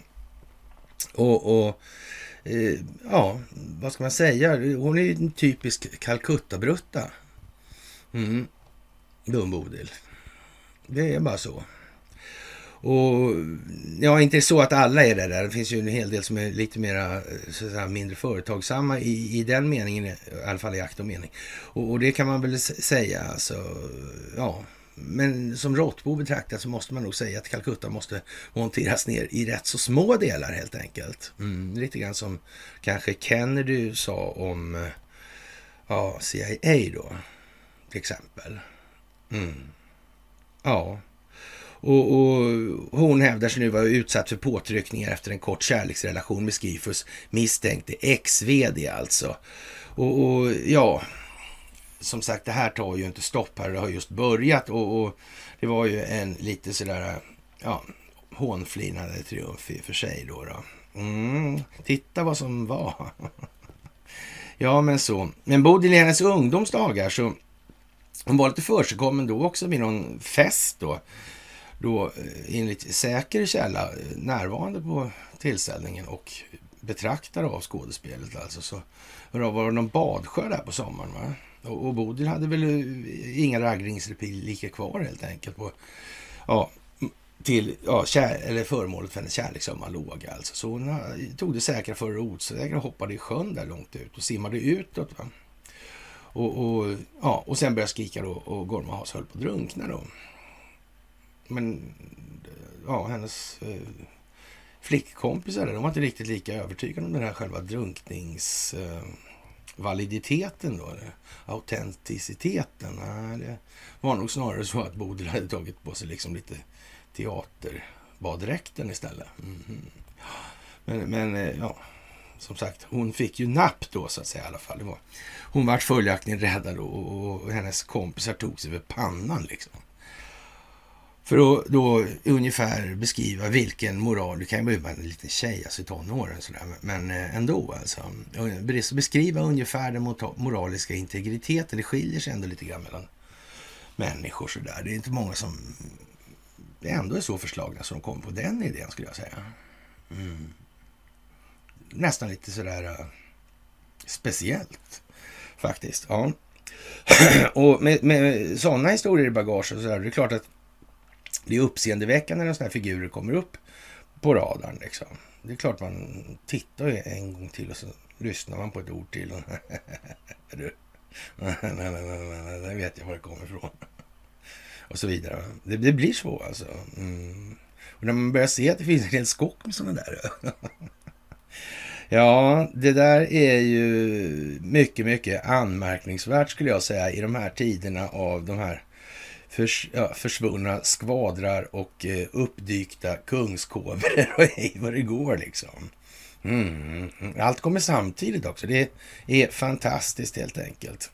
Ja, vad ska man säga? Hon är ju en typisk Calcutta-brutta. Dumboudel. Det är bara så. Och ja, inte så att alla är det där. Det finns ju en hel del som är lite mera så att säga, mindre företagsamma i den meningen, i alla fall i akt och mening. Och det kan man väl säga, alltså, ja. Men som råttbo betraktat så måste man nog säga att Calcutta måste monteras ner i rätt så små delar helt enkelt. Lite grann som kanske Kennedy sa om CIA då, till exempel. Ja. Och hon hävdar sig nu vara utsatt för påtryckningar efter en kort kärleksrelation med Skrifus misstänkte ex-vd alltså. Och ja, som sagt, det här tar ju inte stopp här. Det har just börjat och det var ju en lite sådär, ja, hånflinande triumf i för sig då. Titta vad som var. Ja, men så. Men Bodil i hennes ungdomsdagar så hon var lite försigkommen då också vid någon fest då enligt säker källa närvarande på tillställningen och betraktare av skådespelet alltså. Så var det någon badsjö där på sommaren va? Och Bodil hade väl inga raggringsrepliker kvar helt enkelt på eller föremålet för hennes kärleksömma låg alltså. Så hon tog det säkra för rotsäkra och hoppade i sjön där långt ut och simmade utåt va. Och sen började skrika då och Gorm och Has höll på att drunkna då. Men ja, hennes flickkompisar de var inte riktigt lika övertygade om den här själva drunkningsvaliditeten då, eller autenticiteten. Det var nog snarare så att Bodil hade tagit på sig liksom lite teaterbaddräkten istället. Men ja, som sagt, hon fick ju napp då så att säga i alla fall. Hon var följaktligen räddad och hennes kompisar tog sig vid pannan liksom. För att då ungefär beskriva vilken moral, du kan ju bara vara en liten tjej, alltså i tonåren sådär, men ändå alltså. Beskriva ungefär den moraliska integriteten, det skiljer sig ändå lite grann mellan människor sådär. Det är inte många som ändå är så förslagna som de kommer på den idén skulle jag säga. Nästan lite sådär speciellt faktiskt, ja. Och med sådana historier i bagage och sådär, det är klart att det är uppseendeväckande när sådana här figurer kommer upp på radarn liksom. Det är klart man tittar en gång till och så lyssnar man på ett ord till. Det vet jag var det kommer ifrån. Och så vidare. Det blir så alltså. Och när man börjar se att det finns en hel skock med sådana där. Ja, det där är ju mycket, mycket anmärkningsvärt skulle jag säga i de här tiderna av de här försvunna skvadrar och uppdykta kungskåver och hej vad det går liksom. Allt kommer samtidigt också. Det är fantastiskt helt enkelt.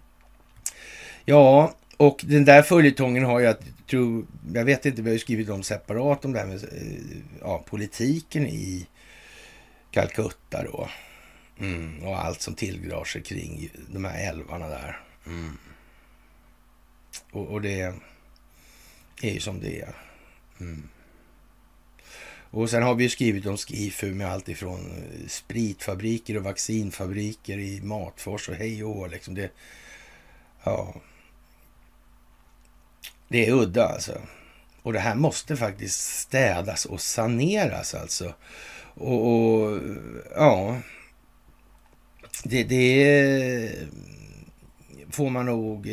Ja, och den där följetongen har jag vet inte, vi har ju skrivit om separat om det här med politiken i Calcutta då. Och allt som tillgrar sig kring de här älvarna där. Och det är ju som det är. Och sen har vi ju skrivit om Skifu med allt ifrån spritfabriker och vaccinfabriker i Matfors och hej och liksom det. Ja. Det är udda alltså. Och det här måste faktiskt städas och saneras alltså. Och ja. Det får man nog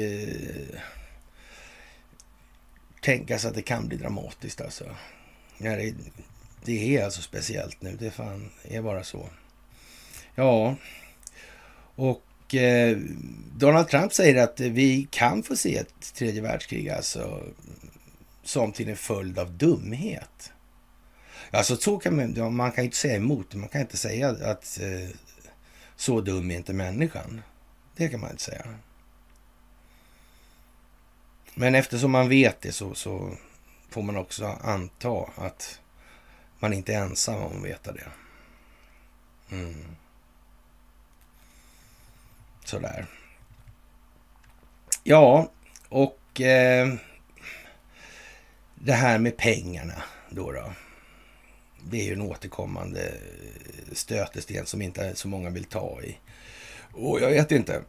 tänka sig att det kan bli dramatiskt alltså. Ja, det är alltså speciellt nu. Det fan är bara så. Ja. Och Donald Trump säger att vi kan få se ett tredje världskrig, alltså som till en följd av dumhet. Alltså så kan man kan inte säga emot, man kan inte säga att så dum är inte människan. Det kan man inte säga. Men eftersom man vet det så får man också anta att man inte är ensam om att veta det. Sådär. Ja, och det här med pengarna då. Det är ju en återkommande stötesten som inte så många vill ta i. Och jag vet inte.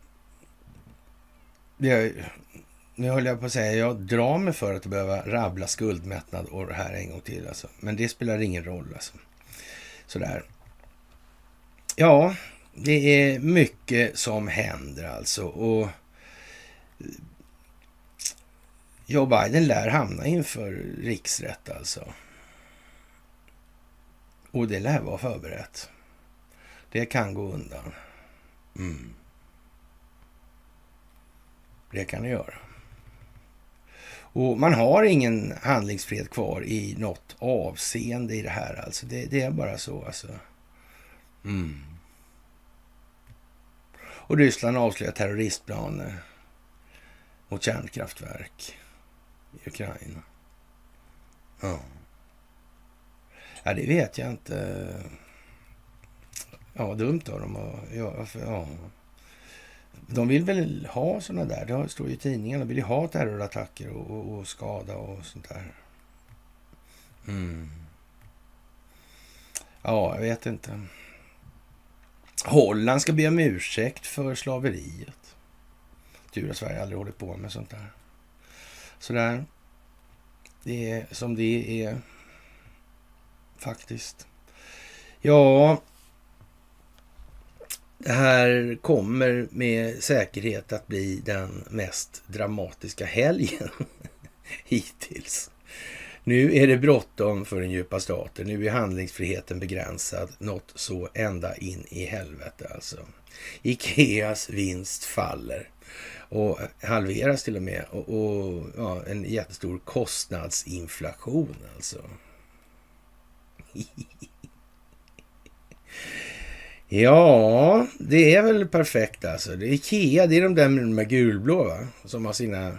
Nu höll jag på att säga, jag drar mig för att behöva rabbla skuldmättnad och det här en gång till. Alltså. Men det spelar ingen roll. Alltså. Sådär. Ja, det är mycket som händer alltså. Och Joe Biden lär hamna inför riksrätt alltså. Och det lär vara förberett. Det kan gå undan. Det kan det göra. Och man har ingen handlingsfrihet kvar i något avseende i det här. Alltså det är bara så. Alltså. Och Ryssland avslöjar terroristplaner mot kärnkraftverk i Ukraina. Ja, det vet jag inte. Ja, dumt av dem. Ja. De vill väl ha sådana där. Det står ju i tidningarna. De vill ju ha terrorattacker och skada och sånt där. Ja, jag vet inte. Holland ska be om ursäkt för slaveriet. Tur att Sverige aldrig hållit på med sånt där. Sådär. Det är som det är. Faktiskt. Ja. Det här kommer med säkerhet att bli den mest dramatiska helgen hittills. Nu är det bråttom för den djupa staten. Nu är handlingsfriheten begränsad. Något så ända in i helvete alltså. Ikeas vinst faller. Och halveras till och med. Och ja, en jättestor kostnadsinflation alltså. Ja, det är väl perfekt alltså. Det är Ikea, det är de där med gulblå va? Som har sina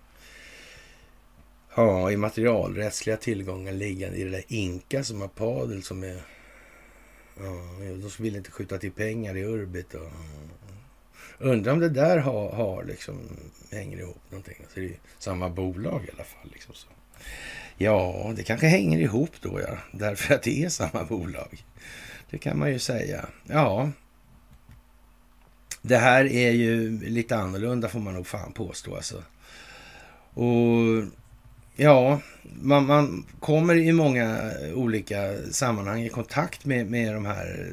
immaterialrättsliga tillgångar liggande i det där Inka som har padel som är de vill inte skjuta till pengar i Urbit och undrar om det där har liksom hänger ihop någonting. Så det är samma bolag i alla fall liksom så. Ja, det kanske hänger ihop då ja, därför att det är samma bolag. Det kan man ju säga. Ja. Det här är ju lite annorlunda får man nog fan påstå alltså. Och ja, man kommer i många olika sammanhang i kontakt med de här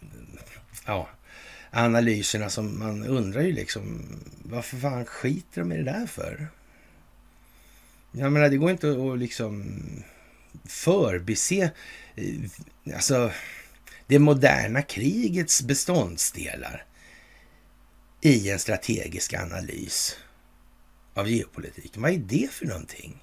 analyserna som man undrar ju liksom varför fan skiter de i det där för? Jag menar, det går inte att liksom förbise alltså det moderna krigets beståndsdelar i en strategisk analys av geopolitiken. Vad är det för någonting?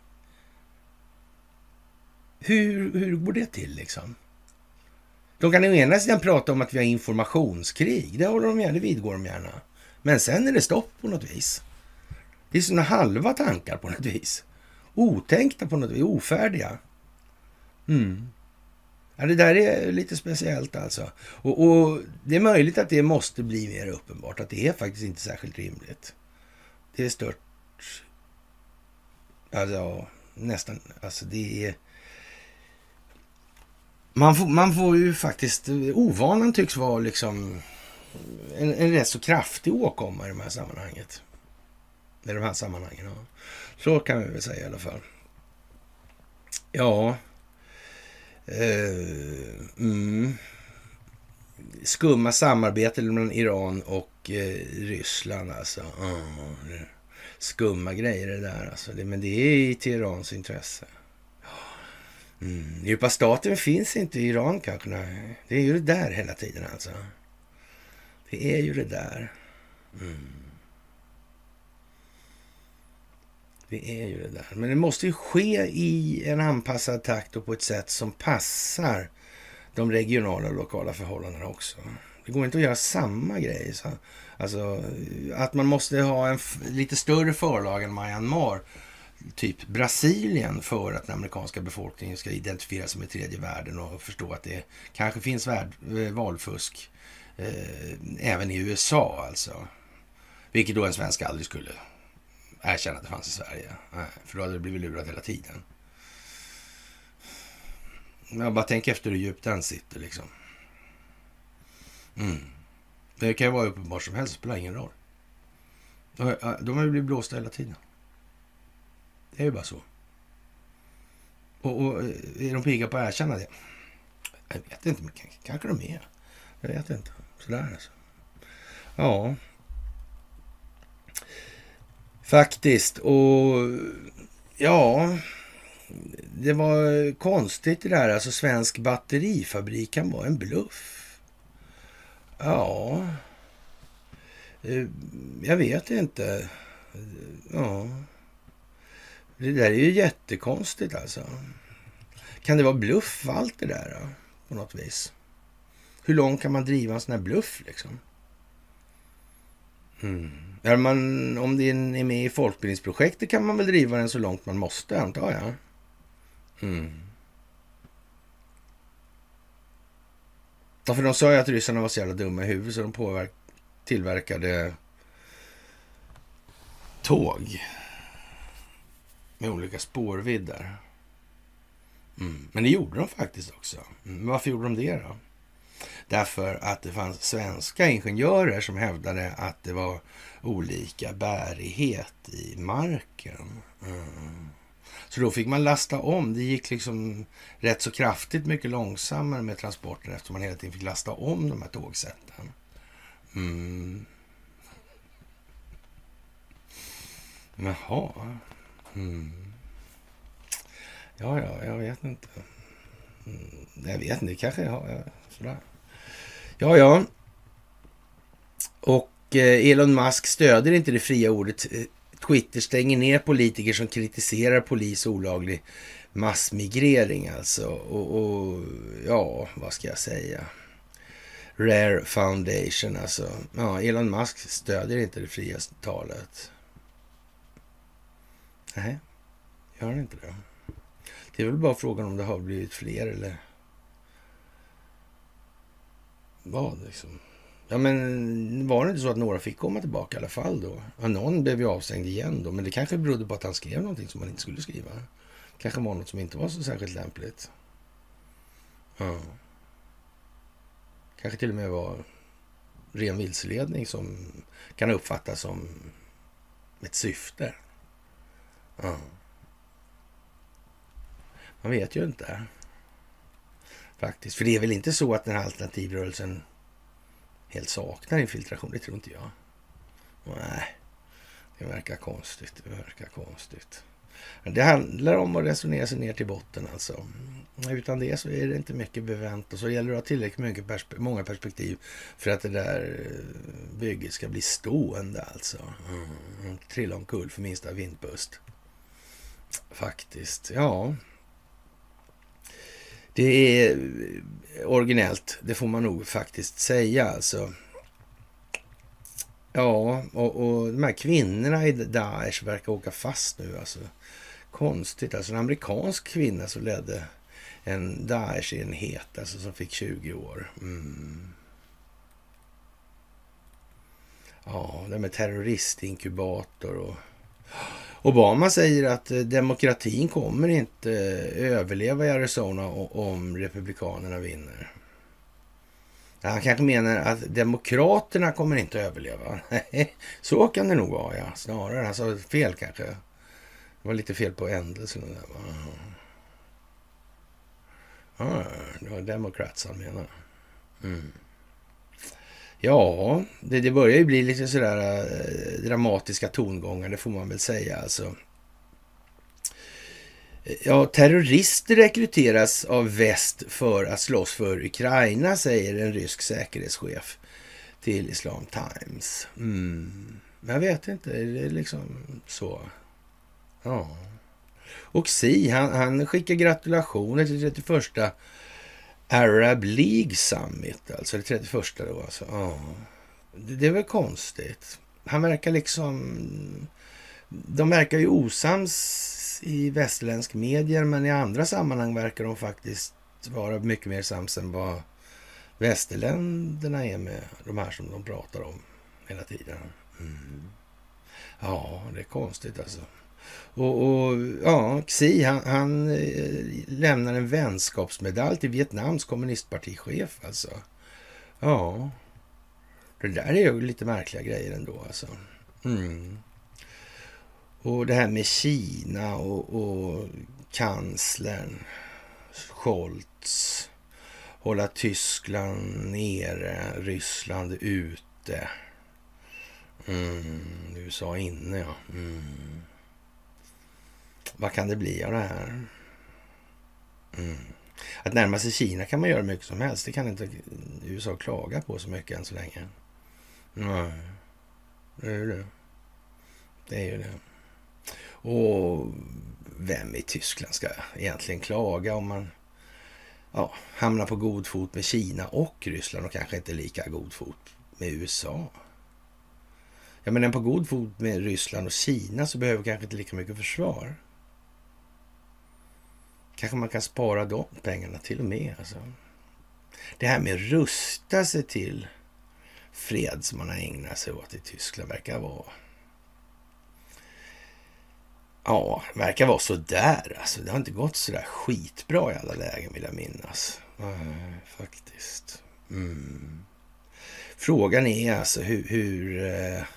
Hur går det till liksom? De kan i ena sidan prata om att vi har informationskrig. Det håller de gärna, det vidgår de gärna. Men sen är det stopp på något vis. Det är såna halva tankar på något vis. Otänkta på något vis, ofärdiga. Ja, det där är lite speciellt alltså. Och det är möjligt att det måste bli mer uppenbart. Att det är faktiskt inte särskilt rimligt. Det är stört. Alltså, nästan. Alltså det är... Man får ju faktiskt... Ovanan tycks vara liksom... En rätt så kraftig åkomma i de här sammanhanget. I de här sammanhangen, ja. Så kan vi väl säga i alla fall. Ja... skumma samarbete mellan Iran och Ryssland alltså. Skumma grejer det där alltså. Men det är i Teherans intresse. Djupa staten finns inte i Iran kanske. Nej. Det är ju det där hela tiden alltså. Det är ju det där. Det är ju det där. Men det måste ju ske i en anpassad takt och på ett sätt som passar de regionala och lokala förhållandena också. Det går inte att göra samma grej. Så. Alltså att man måste ha en lite större förlag än Myanmar, typ Brasilien, för att den amerikanska befolkningen ska identifiera sig med tredje världen och förstå att det kanske finns valfusk även i USA alltså. Vilket då en svensk aldrig skulle erkänna att det fanns i Sverige. Nej, för då hade det blivit lurat hela tiden. Jag bara tänker efter hur djupt den sitter liksom. Det kan ju vara uppenbart som helst, det spelar ingen roll. De har ju blivit blåsta hela tiden. Det är ju bara så. Och är de pigga på att erkänna det? Jag vet inte, men kanske de är. Jag vet inte. Sådär alltså. Ja. Faktiskt. Och ja, det var konstigt det där. Alltså svensk batterifabrik kan vara en bluff. Ja. Jag vet inte. Ja. Det där är ju jättekonstigt alltså. Kan det vara bluff allt det där då, på något vis? Hur långt kan man driva en sån här bluff liksom? Om det är med i folkbildningsprojektet kan man väl driva den så långt man måste, antar jag. Ja, för de sa ju att ryssarna var så jävla dumma i huvudet så de tillverkade tåg med olika spårviddar. Men det gjorde de faktiskt också. Men varför gjorde de det då? Därför att det fanns svenska ingenjörer som hävdade att det var olika bärighet i marken. Så då fick man lasta om. Det gick liksom rätt så kraftigt mycket långsammare med transporten eftersom man hela tiden fick lasta om de här tågsätten. Jaha. Ja, jag vet inte. Jag vet inte, kanske jag har sådär. Ja. Och Elon Musk stöder inte det fria ordet. Twitter stänger ner politiker som kritiserar polis och olaglig massmigrering alltså. Och ja, vad ska jag säga? Rare Foundation alltså. Ja, Elon Musk stöder inte det fria talet. Nej, gör han inte det? Det är väl bara frågan om det har blivit fler eller vad liksom. Ja, men var det inte så att några fick komma tillbaka i alla fall då? Ja, någon blev ju avstängd igen då, men det kanske berodde på att han skrev någonting som man inte skulle skriva. Kanske var något som inte var så särskilt lämpligt. Ja. Kanske till och med var ren vilseledning som kan uppfattas som ett syfte. Ja. Man vet ju inte. Faktiskt. För det är väl inte så att den här alternativrörelsen helt saknar infiltration. Det tror inte jag. Nej, det verkar konstigt. Men det handlar om att resonera sig ner till botten alltså. Utan det så är det inte mycket bevänt. Och så gäller det att ha tillräckligt många perspektiv för att det där bygget ska bli stående alltså. Trilla omkull för minsta vindpust. Faktiskt, ja. Det är originellt, det får man nog faktiskt säga alltså. Ja, och de här kvinnorna i Daesh verkar åka fast nu alltså. Konstigt, alltså en amerikansk kvinna som ledde en Daesh-enhet alltså som fick 20 år. Ja, det med terroristinkubator och Obama säger att demokratin kommer inte överleva i Arizona om republikanerna vinner. Han kanske menar att demokraterna kommer inte överleva. Så kan det nog vara, ja. Snarare, han sa fel kanske. Det var lite fel på ändelsen. Ja, det var Democrats han menar. Ja, det börjar ju bli lite sådär dramatiska tongångar, det får man väl säga alltså. Ja, terrorister rekryteras av väst för att slåss för Ukraina, säger en rysk säkerhetschef till Islam Times. Men jag vet inte, är det liksom så? Ja. Och Xi, han skickar gratulationer till 31 Arab League Summit, alltså det 31 då alltså. Ja. Det är väl konstigt. Han verkar liksom... De verkar ju osams i västerländsk medier, men i andra sammanhang verkar de faktiskt vara mycket mer sams än vad västerländerna är med de här som de pratar om hela tiden. Ja, det är konstigt alltså. Och ja, Xi, han lämnar en vänskapsmedalj till Vietnams kommunistpartichef alltså. Ja, det där är ju lite märkliga grejer ändå alltså. Och det här med Kina och kanslern Scholz, hålla Tyskland nere, Ryssland ute, USA inne, ja. Vad kan det bli av det här? Att närma sig Kina kan man göra mycket som helst. Det kan inte USA klaga på så mycket än så länge. Nej, det är ju det. Det är ju det. Och vem i Tyskland ska egentligen klaga om man hamnar på god fot med Kina och Ryssland och kanske inte lika god fot med USA? Ja, men på god fot med Ryssland och Kina så behöver kanske inte lika mycket försvar. Kanske man kan spara de pengarna till och med. Alltså. Det här med att rusta sig till fred som man har ägnat sig åt i Tyskland verkar vara... Ja, verkar vara så där. Alltså, det har inte gått så där skitbra i alla lägen, vill jag minnas. Faktiskt. Frågan är alltså hur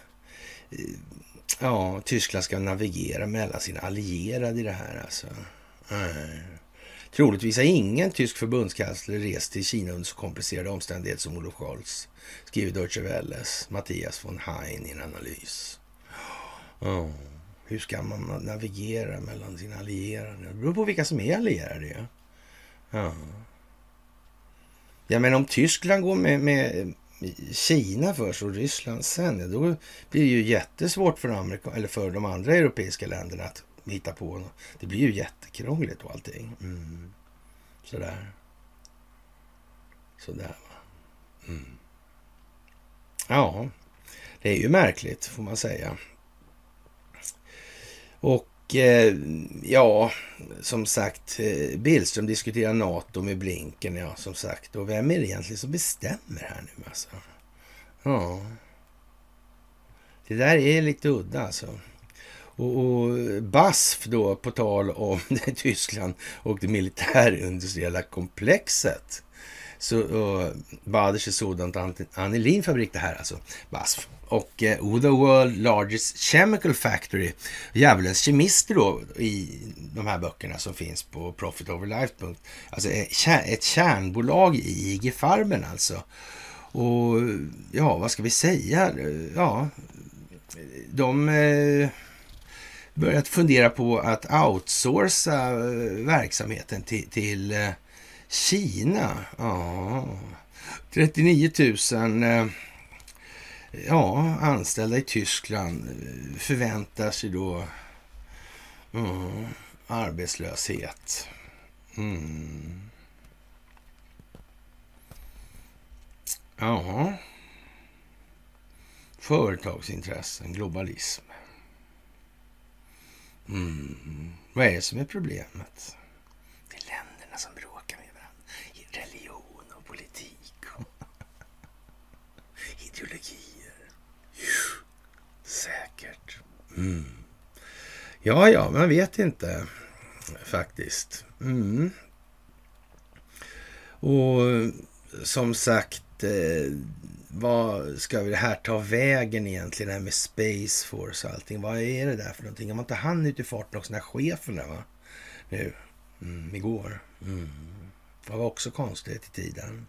Tyskland ska navigera mellan sina allierade i det här. Alltså. Troligtvis har ingen tysk förbundskansler rest till Kina under så komplicerade omständigheter som Olaf Scholz, skriver Deutsche Welles Matthias von Hein i en analys. Hur ska man navigera mellan sina allierade? Det beror på vilka som är allierade. Ja, men om Tyskland går med Kina först och Ryssland sen, då blir det ju jättesvårt för de andra europeiska länderna att hitta på. Det blir ju jättekrångligt och allting. Sådär va. Ja, det är ju märkligt får man säga. Och som sagt, Billström diskuterar NATO med Blinken, som sagt. Och vem är det egentligen som bestämmer här nu alltså? Ja, det där är lite udda alltså. Och BASF då, på tal om Tyskland och det militärindustriella komplexet. Så Badersche sådant Anilin-fabrik det här alltså, BASF. Och the world largest chemical factory, djävulens kemister då i de här böckerna som finns på profitoverlife. Alltså ett kärnbolag i IG Farben alltså. Och vad ska vi säga? Ja, de börjat fundera på att outsourca verksamheten till Kina. 39 000 anställda i Tyskland förväntar sig då arbetslöshet. Företagsintressen, globalism. Vad är det som är problemet? Det är länderna som bråkar med varandra i religion och politik och ideologier. Säkert. Ja, man vet inte faktiskt. Och som sagt, vad ska vi det här ta vägen egentligen, det här med Space Force och allting? Vad är det där för någonting? Jag var inte han ute i farten också, den här chefen där va? Nu, igår. Det var också konstigt i tiden.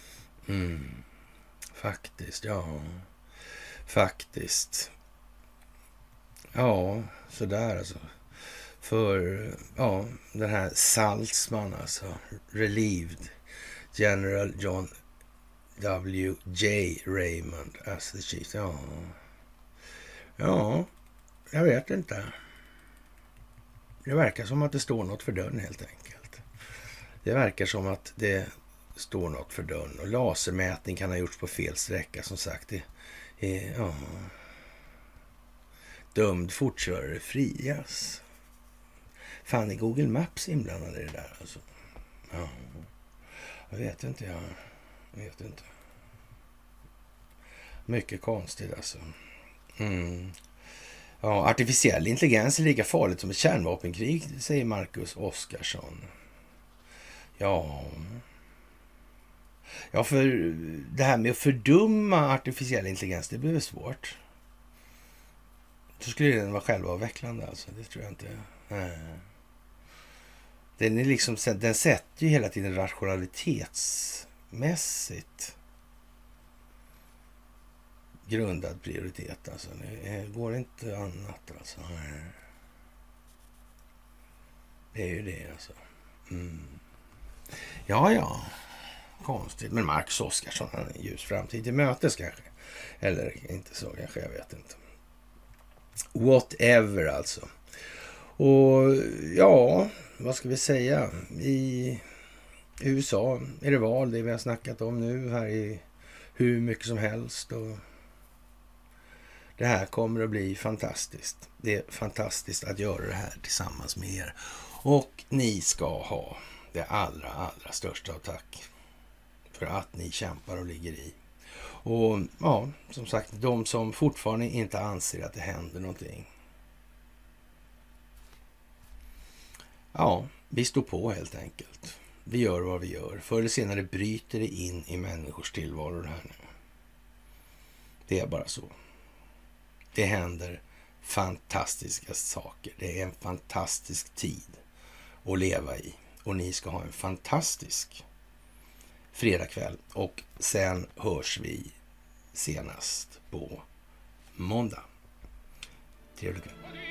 Faktiskt. Ja, sådär alltså. För, den här Saltzman alltså, Relieved General John W.J. Raymond as the chief. Ja, jag vet inte. Det verkar som att det står något för dörren helt enkelt. Det verkar som att det står något för dörren. Och lasermätning kan ha gjorts på fel sträcka, som sagt. Dömd fortkörare frias. Fan, är Google Maps inblandade i det där alltså? Ja, jag vet inte. Mycket konstigt alltså. Ja, artificiell intelligens är lika farligt som ett kärnvapenkrig, säger Marcus Oskarsson. Ja, för det här med att fördumma artificiell intelligens, det blir svårt. Så skulle den vara självavvecklande alltså, det tror jag inte. Den är liksom, den sätter ju hela tiden rationalitetsmässigt grundad prioritet alltså. Det går inte annat alltså. Det är ju det alltså. Ja. Konstigt. Men Marcus Oskarsson, han är en ljus framtid till mötes kanske. Eller inte så kanske, jag vet inte. Whatever alltså. Och ja, vad ska vi säga? I USA är det val, det vi har snackat om nu här i hur mycket som helst. Och det här kommer att bli fantastiskt. Det är fantastiskt att göra det här tillsammans med er. Och ni ska ha det allra största av tack för att ni kämpar och ligger i. Och ja, som sagt, de som fortfarande inte anser att det händer någonting. Ja, vi står på helt enkelt. Vi gör vad vi gör. Förr eller senare bryter det in i människors tillvaro det här nu. Det är bara så. Det händer fantastiska saker. Det är en fantastisk tid att leva i. Och ni ska ha en fantastisk fredagkväll. Och sen hörs vi senast på måndag. Trevlig kväll.